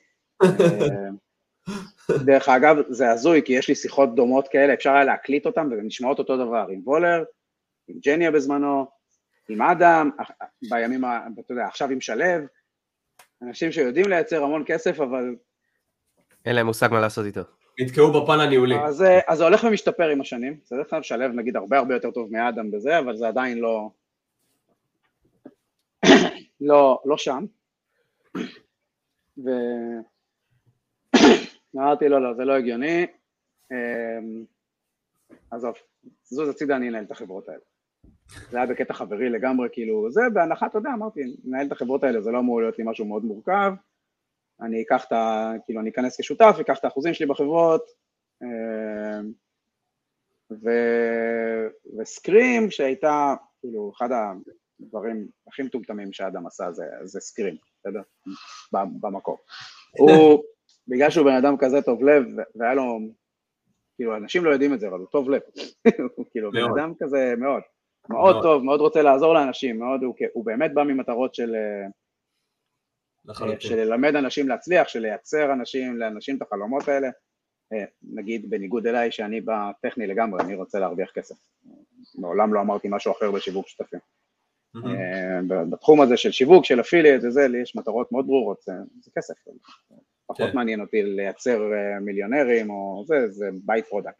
דרך אגב, זה הזוי, כי יש לי שיחות דומות כאלה, אפשר היה להקליט אותם, ונשמעות אותו דבר, עם וולר, עם ג'ניה בזמנו, עם אדם, בימים, אתה יודע, עכשיו עם שלב, אנשים שיודעים לייצר המון כסף, אבל... אין להם מושג מה לעשות איתו. נתקעו בפן הניהולי. אז, אז זה הולך ומשתפר עם השנים, זה הולך לשלב, נגיד, הרבה הרבה יותר טוב מאדם בזה, אבל זה עדיין לא... לא, לא שם. ו... אמרתי, לא, לא, זה לא הגיוני. עזוב, זוז הצידה, אני אנהל את החברות האלה. זה היה בקטע חברי לגמרי, כאילו, זה בהנחה, אתה יודע, אמרתי, ננהל את החברות האלה, זה לא אמור להיות לי משהו מאוד מורכב, אני אקח את ה... כאילו, אני אכנס כשותף, אקח את האחוזים שלי בחברות, ו... וסקרים שהייתה, כאילו, אחד הדברים הכי מטומטמים שאדם עשה זה, זה סקרים, בסדר? במקור. הוא, בגלל שהוא בן אדם כזה טוב לב, והיה לו, כאילו, אנשים לא יודעים את זה, אבל הוא טוב לב. הוא כאילו בן אדם כזה מאוד, מאוד טוב, מאוד רוצה לעזור לאנשים, מאוד, הוא, הוא באמת בא ממטרות של, של ללמד אנשים להצליח, של לייצר אנשים, לאנשים את החלומות האלה. נגיד בניגוד אליי שאני בטכני לגמרי, אני רוצה להרוויח כסף. מעולם לא אמרתי משהו אחר בשיווק שותפים. בתחום הזה של שיווק, של אפילייט, זה, לי יש מטרות מאוד ברורות, זה כסף. פחות מעניין אותי לייצר מיליונרים או זה, זה בייט פרודקט.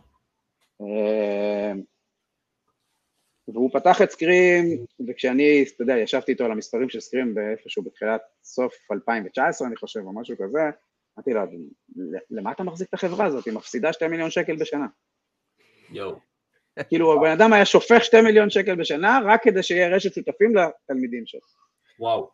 והוא פתח את סקרים, וכשאני, אתה יודע, ישבתי איתו על המספרים של סקרים באיפשהו בתחילת סוף אלפיים תשע עשרה, אני חושב, או משהו כזה, אמרתי לו, למה אתה מחזיק את החברה הזאת? היא מפסידה שתי מיליון שקל בשנה. יואו. כאילו, הבן אדם היה שופך שתי מיליון שקל בשנה, רק כדי שיהיה רשת שותפים לתלמידים שלו. וואו.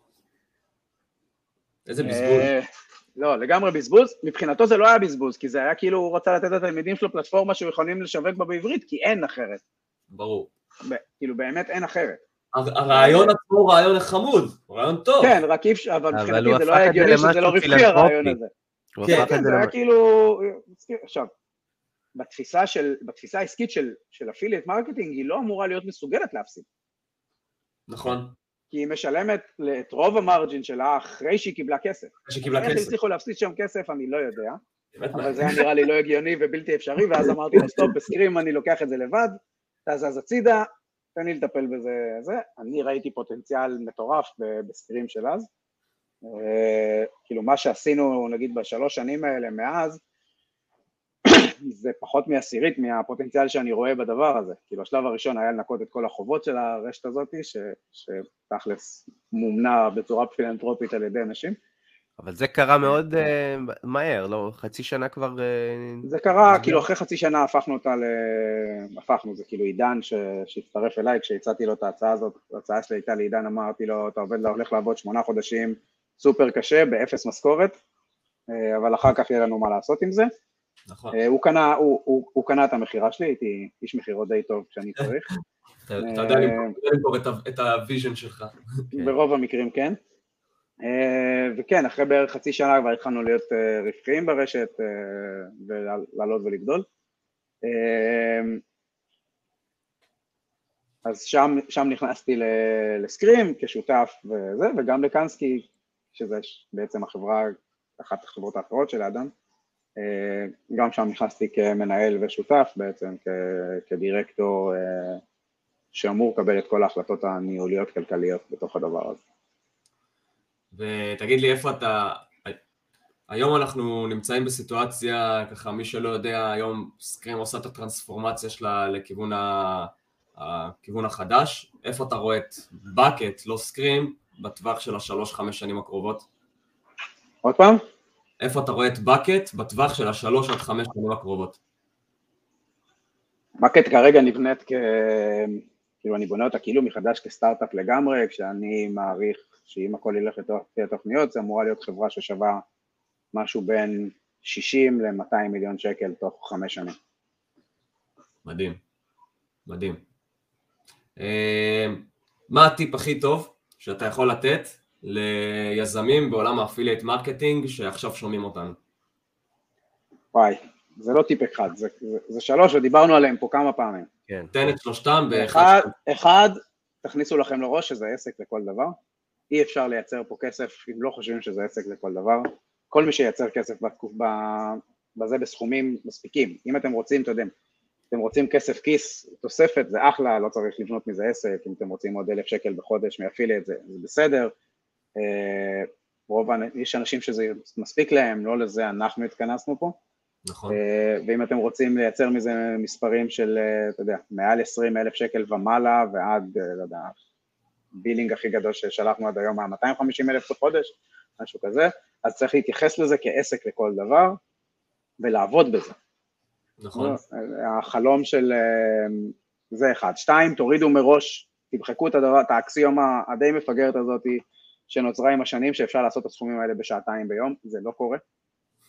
איזה בזבוז. לא, לגמרי בזבוז. מבחינתו זה לא היה בזבוז, כי זה היה כאילו, הוא רוצה לתת לתלמידים שלו פלטפורמה שהוא יכולים לשווק בה בעברית, כי אין אחרת. ברור. כאילו, באמת אין אחרת. הרעיון עצמו הוא רעיון חמוד, הוא רעיון טוב. כן, רק אי אפשר, אבל מבחינתי זה לא היה הגיוני שזה לא רווחי הרעיון הזה. כן, זה היה כאילו, עכשיו, בתפיסה של, בתפיסה העסקית של, של אפילייט מרקטינג, היא לא אמורה להיות מסוגלת להפסיד. נכון. כי היא משלמת את רוב המרג'ין שלה אחרי שהיא קיבלה כסף. שהיא קיבלה כסף. איך הצליחו להפסיד שם כסף, אני לא יודע. אבל זה היה נראה לי לא הגיוני ובלתי אפשרי, ואז אמרתי לו, סטופ, בסקרים אני לוקח את זה לבד, תזז הצידה, תן לי לטפל בזה, זה. אני ראיתי פוטנציאל מטורף בסקרים של אז. כאילו מה שעשינו, נגיד, בשלוש שנים האלה מאז, זה פחות מעשירית מהפוטנציאל שאני רואה בדבר הזה. כאילו השלב הראשון היה לנקות את כל החובות של הרשת הזאת, שתכלס מומנה בצורה פילנטרופית על ידי אנשים. אבל זה קרה מאוד uh, מהר, לא? חצי שנה כבר... Uh, זה קרה, כאילו אחרי חצי שנה הפכנו אותה ל... הפכנו, זה כאילו עידן ש... שהצטרף אליי, כשהצעתי לו את ההצעה הזאת, ההצעה שלי הייתה לעידן, אמרתי לו, אתה עובד, הולך לעבוד שמונה חודשים סופר קשה, באפס משכורת, אבל אחר כך יהיה לנו מה לעשות עם זה. נכון. הוא קנה, הוא, הוא, הוא קנה את המחירה שלי, הייתי איש מחירות די טוב כשאני צריך. אתה יודע למכור את הוויז'ן שלך. ברוב המקרים כן. וכן, אחרי בערך חצי שנה כבר התחלנו להיות רווחיים ברשת ולעלות ולגדול. אז שם, שם נכנסתי לסקרים כשותף וזה, וגם לקנסקי, שזה בעצם החברה, אחת החברות האחרות של האדם. גם שם נכנסתי כמנהל ושותף בעצם, כדירקטור שאמור לקבל את כל ההחלטות הניהוליות כלכליות בתוך הדבר הזה. ותגיד לי איפה אתה, היום אנחנו נמצאים בסיטואציה, ככה מי שלא יודע, היום סקרים עושה את הטרנספורמציה שלה לכיוון הכיוון החדש, איפה אתה רואה את בקט, לא סקרים, בטווח של השלוש חמש שנים הקרובות? עוד פעם? איפה אתה רואה את בקט בטווח של השלוש עד חמש שנים הקרובות? בקט כרגע נבנית כ... כאילו אני בונה אותה כאילו מחדש כסטארט-אפ לגמרי, כשאני מעריך שאם הכל ילך לפי התוכניות, זה אמורה להיות חברה ששווה משהו בין שישים ל-מאתיים מיליון שקל תוך חמש שנים. מדהים, מדהים. מה הטיפ הכי טוב שאתה יכול לתת ליזמים בעולם האפילייט מרקטינג שעכשיו שומעים אותנו? וואי, זה לא טיפ אחד, זה, זה, זה שלוש ודיברנו עליהם פה כמה פעמים. כן. תן את שלושתם באחד. אחד, אחד, תכניסו לכם לראש שזה עסק לכל דבר. אי אפשר לייצר פה כסף אם לא חושבים שזה עסק לכל דבר. כל מי שייצר כסף בזה בסכומים מספיקים. אם אתם רוצים, אתם יודעים, אתם רוצים כסף כיס, תוספת, זה אחלה, לא צריך לבנות מזה עסק. אם אתם רוצים עוד אלף שקל בחודש מאפילייט, זה, זה בסדר. רוב, יש אנשים שזה מספיק להם, לא לזה אנחנו התכנסנו פה. נכון. ואם אתם רוצים לייצר מזה מספרים של, אתה יודע, מעל עשרים אלף שקל ומעלה, ועד, לא יודע, בילינג הכי גדול ששלחנו עד היום, מאתיים וחמישים אלף בחודש, משהו כזה, אז צריך להתייחס לזה כעסק לכל דבר, ולעבוד בזה. נכון. החלום של, זה אחד. שתיים, תורידו מראש, תמחקו את הדבר, את האקסיומה הדי מפגרת הזאת, שנוצרה עם השנים שאפשר לעשות את הסכומים האלה בשעתיים ביום, זה לא קורה.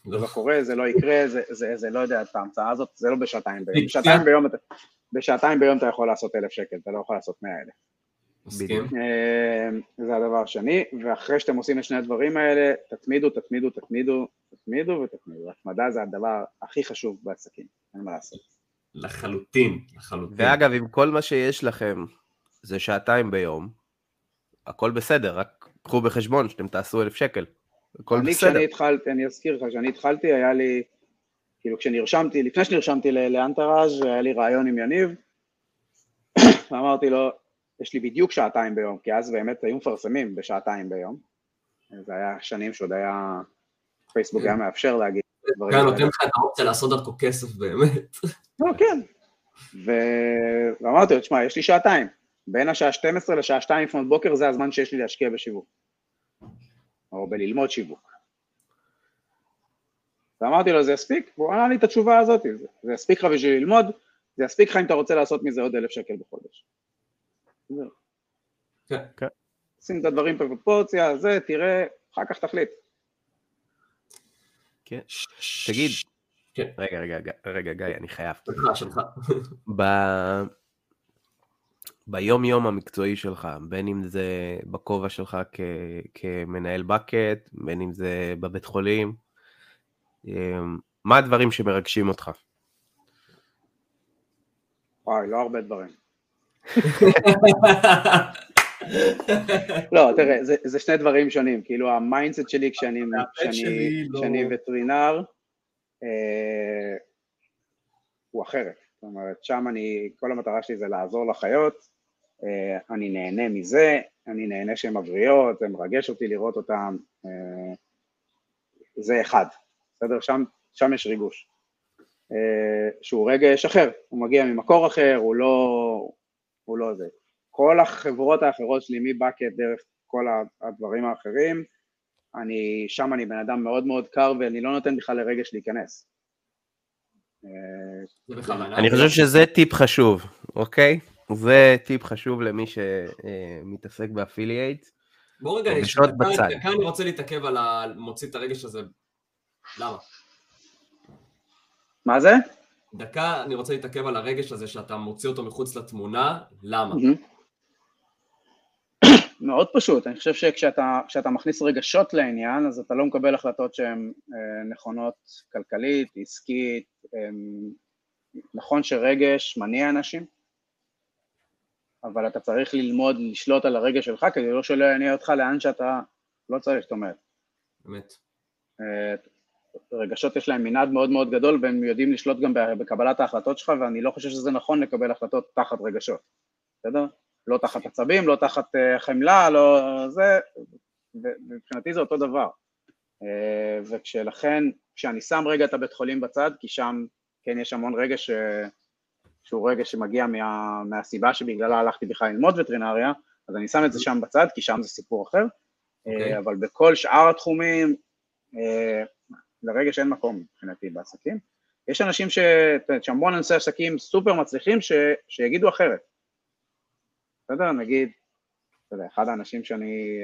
זה לא קורה, זה לא יקרה, זה, זה, זה לא יודע את ההמצאה הזאת, זה לא בשעתיים ביום. בשעתיים ביום, בשעתיים ביום אתה יכול לעשות אלף שקל, אתה לא יכול לעשות מאה אלף. מסכים. זה הדבר השני, ואחרי שאתם עושים את שני הדברים האלה, תתמידו, תתמידו, תתמידו, תתמידו ותתמידו. התמדה זה הדבר הכי חשוב בעסקים, אין מה לעשות. לחלוטין, לחלוטין. ואגב, עם כל מה שיש לכם, זה שעתיים ביום, הכל בסדר, רק קחו בחשבון שאתם תעשו אלף שקל. הכל אני בסדר. כשאני התחלתי, אני אזכיר לך, כשאני התחלתי, היה לי, כאילו כשנרשמתי, לפני שנרשמתי לאנטראז' היה לי רעיון עם יניב, ואמרתי לו, יש לי בדיוק שעתיים ביום, כי אז באמת היו מפרסמים בשעתיים ביום. זה היה שנים שעוד היה, פייסבוק היה מאפשר להגיד דברים. כן, נותן לך את האופציה לעשות דרכו כסף באמת. לא, כן. ואמרתי לו, תשמע, יש לי שעתיים. בין השעה שתים עשרה לשעה שתיים לפנות בוקר, זה הזמן שיש לי להשקיע בשיווק. או בללמוד שיווק. ואמרתי לו, זה יספיק? והוא ענה לי את התשובה הזאת. זה יספיק לך בשביל ללמוד, זה יספיק לך אם אתה רוצה לעשות מזה עוד אלף שקל בחודש. כן. כן. שים את הדברים בפרופורציה, זה, תראה, אחר כך תחליט. כן. תגיד, כן. רגע, רגע, רגע, גיא, אני חייב. שלך, שלך. ב... ביום יום המקצועי שלך, בין אם זה בכובע שלך כ... כמנהל בקט, בין אם זה בבית חולים, מה הדברים שמרגשים אותך? וואי, לא הרבה דברים. לא, תראה, זה, זה שני דברים שונים, כאילו המיינדסט שלי כשאני, כשאני, כשאני וטרינר, אה, הוא אחרת, זאת אומרת, שם אני, כל המטרה שלי זה לעזור לחיות, אה, אני נהנה מזה, אני נהנה שהן מבריאות, זה מרגש אותי לראות אותן, אה, זה אחד, בסדר? שם, שם יש ריגוש, אה, שהוא רגש אחר, הוא מגיע ממקור אחר, הוא לא, הוא לא זה. כל החברות האחרות שלי, מבקט דרך כל הדברים האחרים, אני, שם אני בן אדם מאוד מאוד קר, ואני לא נותן בכלל לרגש להיכנס. אני חושב שזה טיפ חשוב, אוקיי? זה טיפ חשוב למי שמתעסק באפילייט. בוא רגע, דקה אני רוצה להתעכב על מוציא את הרגש הזה. למה? מה זה? דקה אני רוצה להתעכב על הרגש הזה שאתה מוציא אותו מחוץ לתמונה, למה? מאוד פשוט, אני חושב שכשאתה כשאתה מכניס רגשות לעניין, אז אתה לא מקבל החלטות שהן נכונות כלכלית, עסקית, נכון שרגש מניע אנשים, אבל אתה צריך ללמוד לשלוט על הרגש שלך, כדי לא שלא יניע אותך לאן שאתה לא צריך, זאת אומרת. באמת. רגשות יש להם מנעד מאוד מאוד גדול, והם יודעים לשלוט גם בקבלת ההחלטות שלך, ואני לא חושב שזה נכון לקבל החלטות תחת רגשות, בסדר? לא תחת עצבים, לא תחת חמלה, לא זה, ובבחינתי זה אותו דבר. וכשלכן, כשאני שם רגע את הבית חולים בצד, כי שם כן יש המון רגש שהוא רגש שמגיע מה, מהסיבה שבגללה הלכתי בכלל ללמוד וטרינריה, אז אני שם את זה שם בצד, כי שם זה סיפור אחר, okay. אבל בכל שאר התחומים, לרגש אין מקום מבחינתי בעסקים. יש אנשים ש... שהמון אנשי עסקים סופר מצליחים ש... שיגידו אחרת. בסדר, נגיד, אתה יודע, אחד האנשים שאני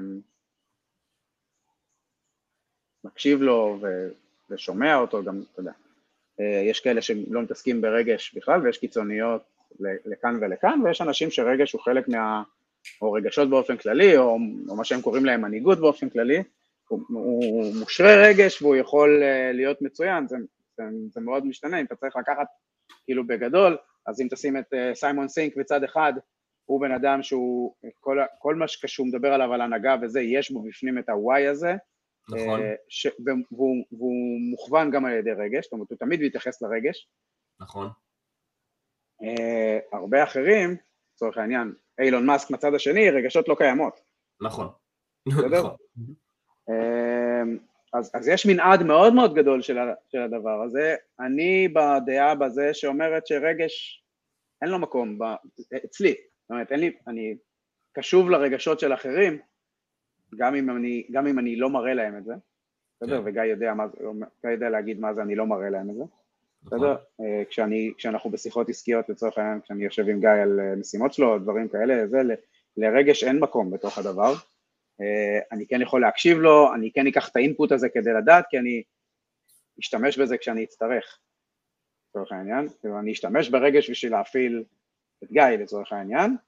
מקשיב לו ו... ושומע אותו, גם, אתה יודע, יש כאלה שלא מתעסקים ברגש בכלל, ויש קיצוניות לכאן ולכאן, ויש אנשים שרגש הוא חלק מה... או רגשות באופן כללי, או, או מה שהם קוראים להם מנהיגות באופן כללי, הוא, הוא מושרה רגש והוא יכול להיות מצוין, זה, זה, זה מאוד משתנה, אם אתה צריך לקחת כאילו בגדול, אז אם תשים את סיימון סינק בצד אחד, הוא בן אדם שהוא, כל, כל מה שקשור מדבר עליו על הנהגה וזה, יש בו בפנים את ה-Y הזה, נכון. ש, והוא, והוא מוכוון גם על ידי רגש, זאת אומרת, הוא תמיד מתייחס לרגש. נכון. הרבה אחרים, לצורך העניין, אילון מאסק מצד השני, רגשות לא קיימות. נכון. בסדר? אז, אז יש מנעד מאוד מאוד גדול של, של הדבר הזה. אני בדעה בזה שאומרת שרגש אין לו מקום, ב, אצלי. זאת אומרת, אין לי, אני קשוב לרגשות של אחרים, גם אם אני, גם אם אני לא מראה להם את זה. בסדר? וגיא יודע, מה, גיא יודע להגיד מה זה, אני לא מראה להם את זה. בסדר? כשאני, כשאנחנו בשיחות עסקיות לצורך העניין, כשאני יושב עם גיא על משימות שלו, דברים כאלה, זה, לרגש אין מקום בתוך הדבר. אני כן יכול להקשיב לו, אני כן אקח את האינפוט הזה כדי לדעת, כי אני, אשתמש בזה כשאני אצטרך, לצורך העניין, כאילו אני אשתמש ברגש בשביל להפעיל את גיא לצורך העניין,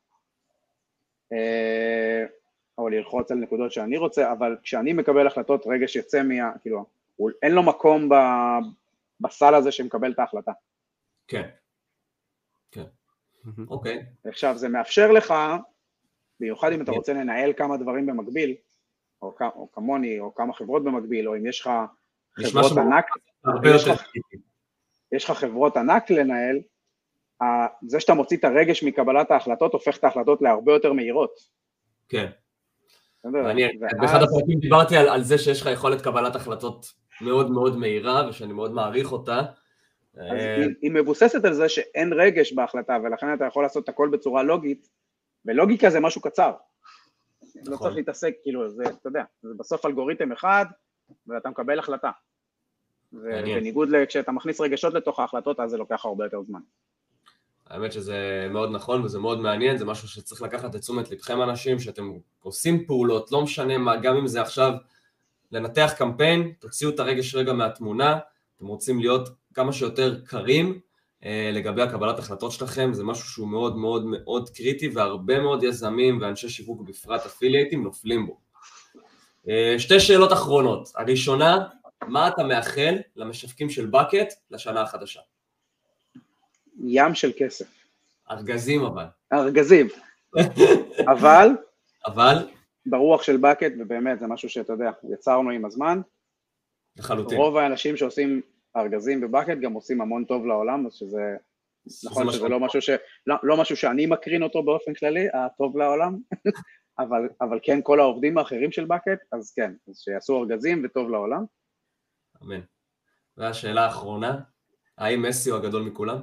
או ללחוץ על נקודות שאני רוצה, אבל כשאני מקבל החלטות רגש יוצא מה, כאילו, אין לו מקום ב, בסל הזה שמקבל את ההחלטה. כן, כן, אוקיי. עכשיו זה מאפשר לך, במיוחד אם אתה רוצה לנהל כמה דברים במקביל, או, או כמוני, או כמה חברות במקביל, או אם יש לך חברות ענק, יש לך, יש לך חברות ענק לנהל, זה שאתה מוציא את הרגש מקבלת ההחלטות, הופך את ההחלטות להרבה יותר מהירות. כן. באחד הפרקים דיברתי על זה שיש לך יכולת קבלת החלטות מאוד מאוד מהירה, ושאני מאוד מעריך אותה. אז היא מבוססת על זה שאין רגש בהחלטה, ולכן אתה יכול לעשות את הכל בצורה לוגית, ולוגיקה זה משהו קצר. לא צריך להתעסק, כאילו, זה, אתה יודע, זה בסוף אלגוריתם אחד, ואתה מקבל החלטה. ובניגוד כשאתה מכניס רגשות לתוך ההחלטות, אז זה לוקח הרבה יותר זמן. האמת שזה מאוד נכון וזה מאוד מעניין, זה משהו שצריך לקחת לתשומת לבכם אנשים, שאתם עושים פעולות, לא משנה מה, גם אם זה עכשיו לנתח קמפיין, תוציאו את הרגש רגע מהתמונה, אתם רוצים להיות כמה שיותר קרים אה, לגבי הקבלת החלטות שלכם, זה משהו שהוא מאוד מאוד מאוד קריטי, והרבה מאוד יזמים ואנשי שיווק בפרט אפילייטים נופלים בו. אה, שתי שאלות אחרונות, הראשונה, מה אתה מאחל למשווקים של בקט לשנה החדשה? ים של כסף. ארגזים אבל. ארגזים. אבל, אבל, ברוח של בקט, ובאמת זה משהו שאתה יודע, יצרנו עם הזמן. לחלוטין. רוב האנשים שעושים ארגזים בבקט גם עושים המון טוב לעולם, אז שזה, נכון שזה לא משהו ש, לא, לא משהו שאני מקרין אותו באופן כללי, הטוב לעולם, אבל, אבל כן כל העובדים האחרים של בקט, אז כן, אז שיעשו ארגזים וטוב לעולם. אמן. והשאלה האחרונה, האם מסי הוא הגדול מכולם?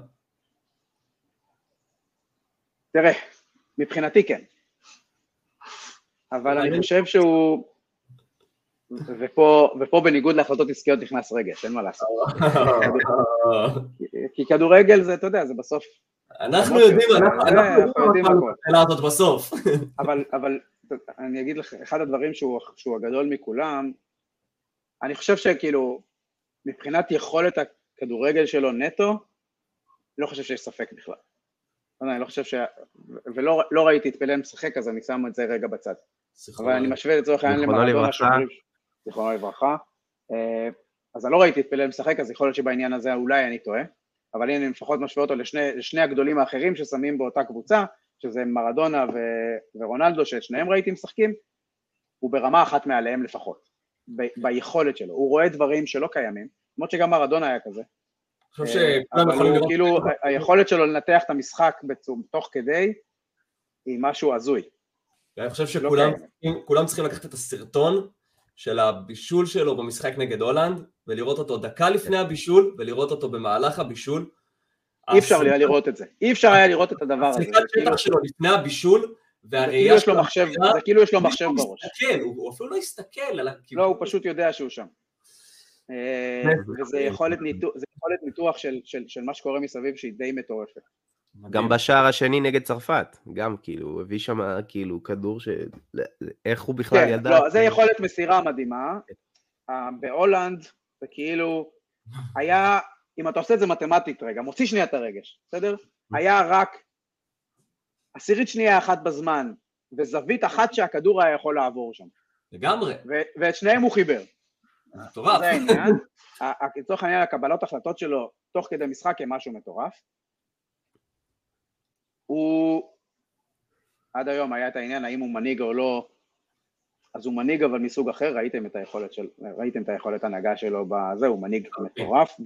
תראה, מבחינתי כן. אבל אני חושב שהוא, ופה, ופה בניגוד להחלטות עסקיות נכנס רגש, אין מה לעשות. כי כדורגל זה, אתה יודע, זה בסוף... אנחנו יודעים, אנחנו יודעים מה השאלה הזאת בסוף. אבל, אבל אני אגיד לך, אחד הדברים שהוא, שהוא הגדול מכולם, אני חושב שכאילו, מבחינת יכולת הכדורגל שלו נטו, לא חושב שיש ספק בכלל. אני לא חושב ש... ולא לא ראיתי את פלן משחק, אז אני שם את זה רגע בצד. אבל אני משווה לצורך העניין למרדונה שאומרים, זיכרונו לברכה, אז אני לא ראיתי את פלן משחק, אז יכול להיות שבעניין הזה אולי אני טועה, אבל הנה אני לפחות משווה אותו לשני, לשני הגדולים האחרים ששמים באותה קבוצה, שזה מרדונה ו... ורונלדו, שאת שניהם ראיתי משחקים, הוא ברמה אחת מעליהם לפחות, ב... ביכולת שלו, הוא רואה דברים שלא קיימים, למרות שגם מרדונה היה כזה, אבל הוא כאילו, היכולת שלו לנתח את המשחק תוך כדי, היא משהו הזוי. אני חושב שכולם צריכים לקחת את הסרטון של הבישול שלו במשחק נגד הולנד, ולראות אותו דקה לפני הבישול, ולראות אותו במהלך הבישול. אי אפשר היה לראות את זה, אי אפשר היה לראות את הדבר הזה. הסרטון שטח שלו לפני הבישול, והראייה שלו, זה כאילו יש לו מחשב בראש. הוא אפילו לא יסתכל. לא, הוא פשוט יודע שהוא שם. וזה יכולת ניתוח של מה שקורה מסביב שהיא די מטורפת. גם בשער השני נגד צרפת, גם כאילו, הוא הביא שם כאילו כדור ש... איך הוא בכלל ידע? לא, זה יכולת מסירה מדהימה. בהולנד זה כאילו, היה, אם אתה עושה את זה מתמטית רגע, מוציא שנייה את הרגש, בסדר? היה רק עשירית שנייה אחת בזמן, וזווית אחת שהכדור היה יכול לעבור שם. לגמרי. ואת שניהם הוא חיבר. מטורף. זה העניין. לצורך העניין, הקבלות החלטות שלו תוך כדי משחק הם משהו מטורף. הוא, עד היום היה את העניין, האם הוא מנהיג או לא, אז הוא מנהיג אבל מסוג אחר, ראיתם את היכולת של, ראיתם את היכולת הנהגה שלו בזה, הוא מנהיג מטורף,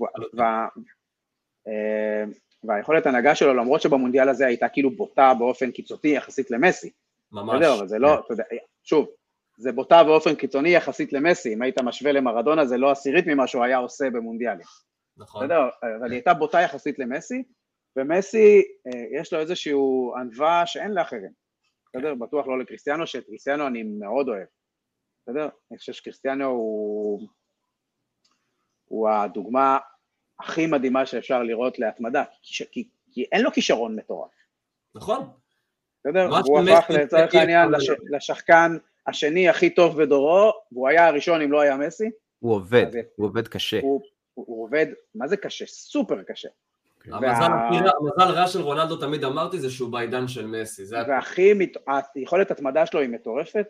והיכולת הנהגה שלו, למרות שבמונדיאל הזה הייתה כאילו בוטה באופן קיצוני יחסית למסי. ממש. אבל זה לא, אתה יודע, שוב, זה בוטה באופן קיצוני יחסית למסי, אם היית משווה למרדונה זה לא עשירית ממה שהוא היה עושה במונדיאלים. נכון. אתה יודע, אבל היא הייתה בוטה יחסית למסי, ומסי יש לו איזשהו ענווה שאין לאחרים. בסדר? בטוח לא לקריסטיאנו, שקריסטיאנו אני מאוד אוהב. בסדר? אני חושב שקריסטיאנו הוא, הוא הדוגמה הכי מדהימה שאפשר לראות להתמדה, כי, כי, כי אין לו כישרון מטורף. נכון. בסדר? הוא הפך לצורך העניין לש, לשחקן השני הכי טוב בדורו, והוא היה הראשון אם לא היה מסי. הוא עובד, הוא עובד קשה. הוא, הוא עובד, מה זה קשה? סופר קשה. המזל רע של רונלדו תמיד אמרתי זה שהוא בעידן של מסי. והכי, היכולת התמדה שלו היא מטורפת,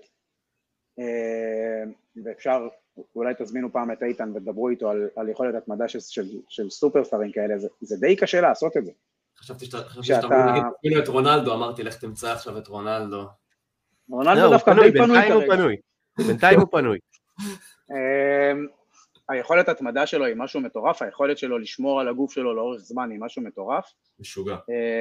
ואפשר, אולי תזמינו פעם את איתן ודברו איתו על יכולת התמדה של סופרסטארים כאלה, זה די קשה לעשות את זה. חשבתי שאתה מבין את רונלדו, אמרתי לך תמצא עכשיו את רונלדו. רונלדו דווקא די פנוי כרגע. בינתיים הוא פנוי. היכולת התמדה שלו היא משהו מטורף, היכולת שלו לשמור על הגוף שלו לאורך זמן היא משהו מטורף. משוגע.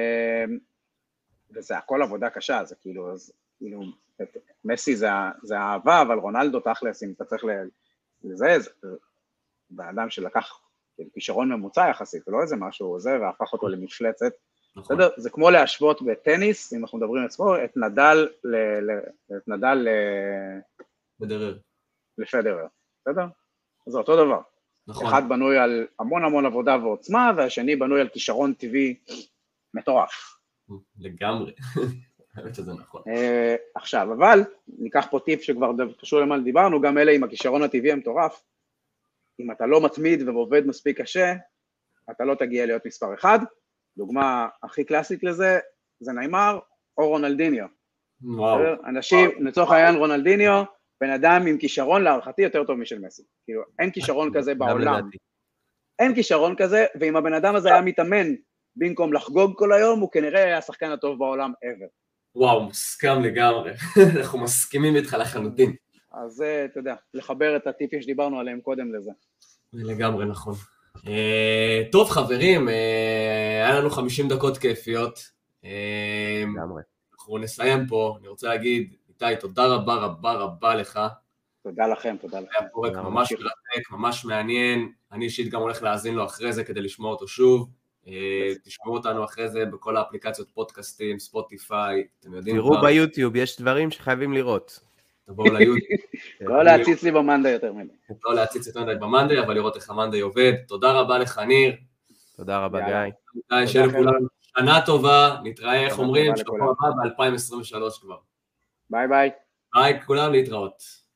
וזה הכל עבודה קשה, זה כאילו, מסי זה האהבה, אבל רונלדו תכלס, אם אתה צריך לזה, זה האדם שלקח כישרון ממוצע יחסית, ולא איזה משהו זה, והפך אותו למפלצת. בסדר? זה כמו להשוות בטניס, אם אנחנו מדברים את ספורט, את נדל את נדל פדרר. לפדרר, בסדר? זה אותו דבר. נכון. אחד בנוי על המון המון עבודה ועוצמה, והשני בנוי על כישרון טבעי מטורף. לגמרי. האמת שזה נכון. עכשיו, אבל ניקח פה טיפ שכבר קשור למה דיברנו, גם אלה עם הכישרון הטבעי המטורף, אם אתה לא מתמיד ועובד מספיק קשה, אתה לא תגיע להיות מספר אחד. דוגמה הכי קלאסית לזה, זה ניימר או רונלדיניו. וואו. אנשים, לצורך העניין רונלדיניו, בן אדם עם כישרון להערכתי יותר טוב משל מסי. כאילו, אין כישרון כזה בעולם. אין כישרון כזה, ואם הבן אדם הזה היה מתאמן במקום לחגוג כל היום, הוא כנראה היה השחקן הטוב בעולם ever. וואו, מוסכם לגמרי. אנחנו מסכימים איתך לחלוטין. אז אתה יודע, לחבר את הטיפים שדיברנו עליהם קודם לזה. לגמרי נכון. טוב חברים, היה לנו חמישים דקות כיפיות. לגמרי. אנחנו נסיים פה, אני רוצה להגיד, איתי, תודה רבה רבה רבה לך. תודה לכם, תודה לכם. היה פורק ממש מרתק, ממש מעניין. אני אישית גם הולך להאזין לו אחרי זה כדי לשמוע אותו שוב. תשמעו אותנו אחרי זה בכל האפליקציות פודקאסטים, ספוטיפיי, אתם יודעים. תראו ביוטיוב, יש דברים שחייבים לראות. תבואו ליוטיוב. לא להציץ לי במנדי יותר מדי. לא להציץ יותר מדי במנדי, אבל לראות איך המנדי עובד. תודה רבה לך, ניר. תודה רבה, גיא. שיהיה לכולם שנה טובה, נתראה, איך אומרים, שבוע הבא ב-אלפיים עשרים ושלוש כבר. ביי ביי. ביי, כולם להתראות.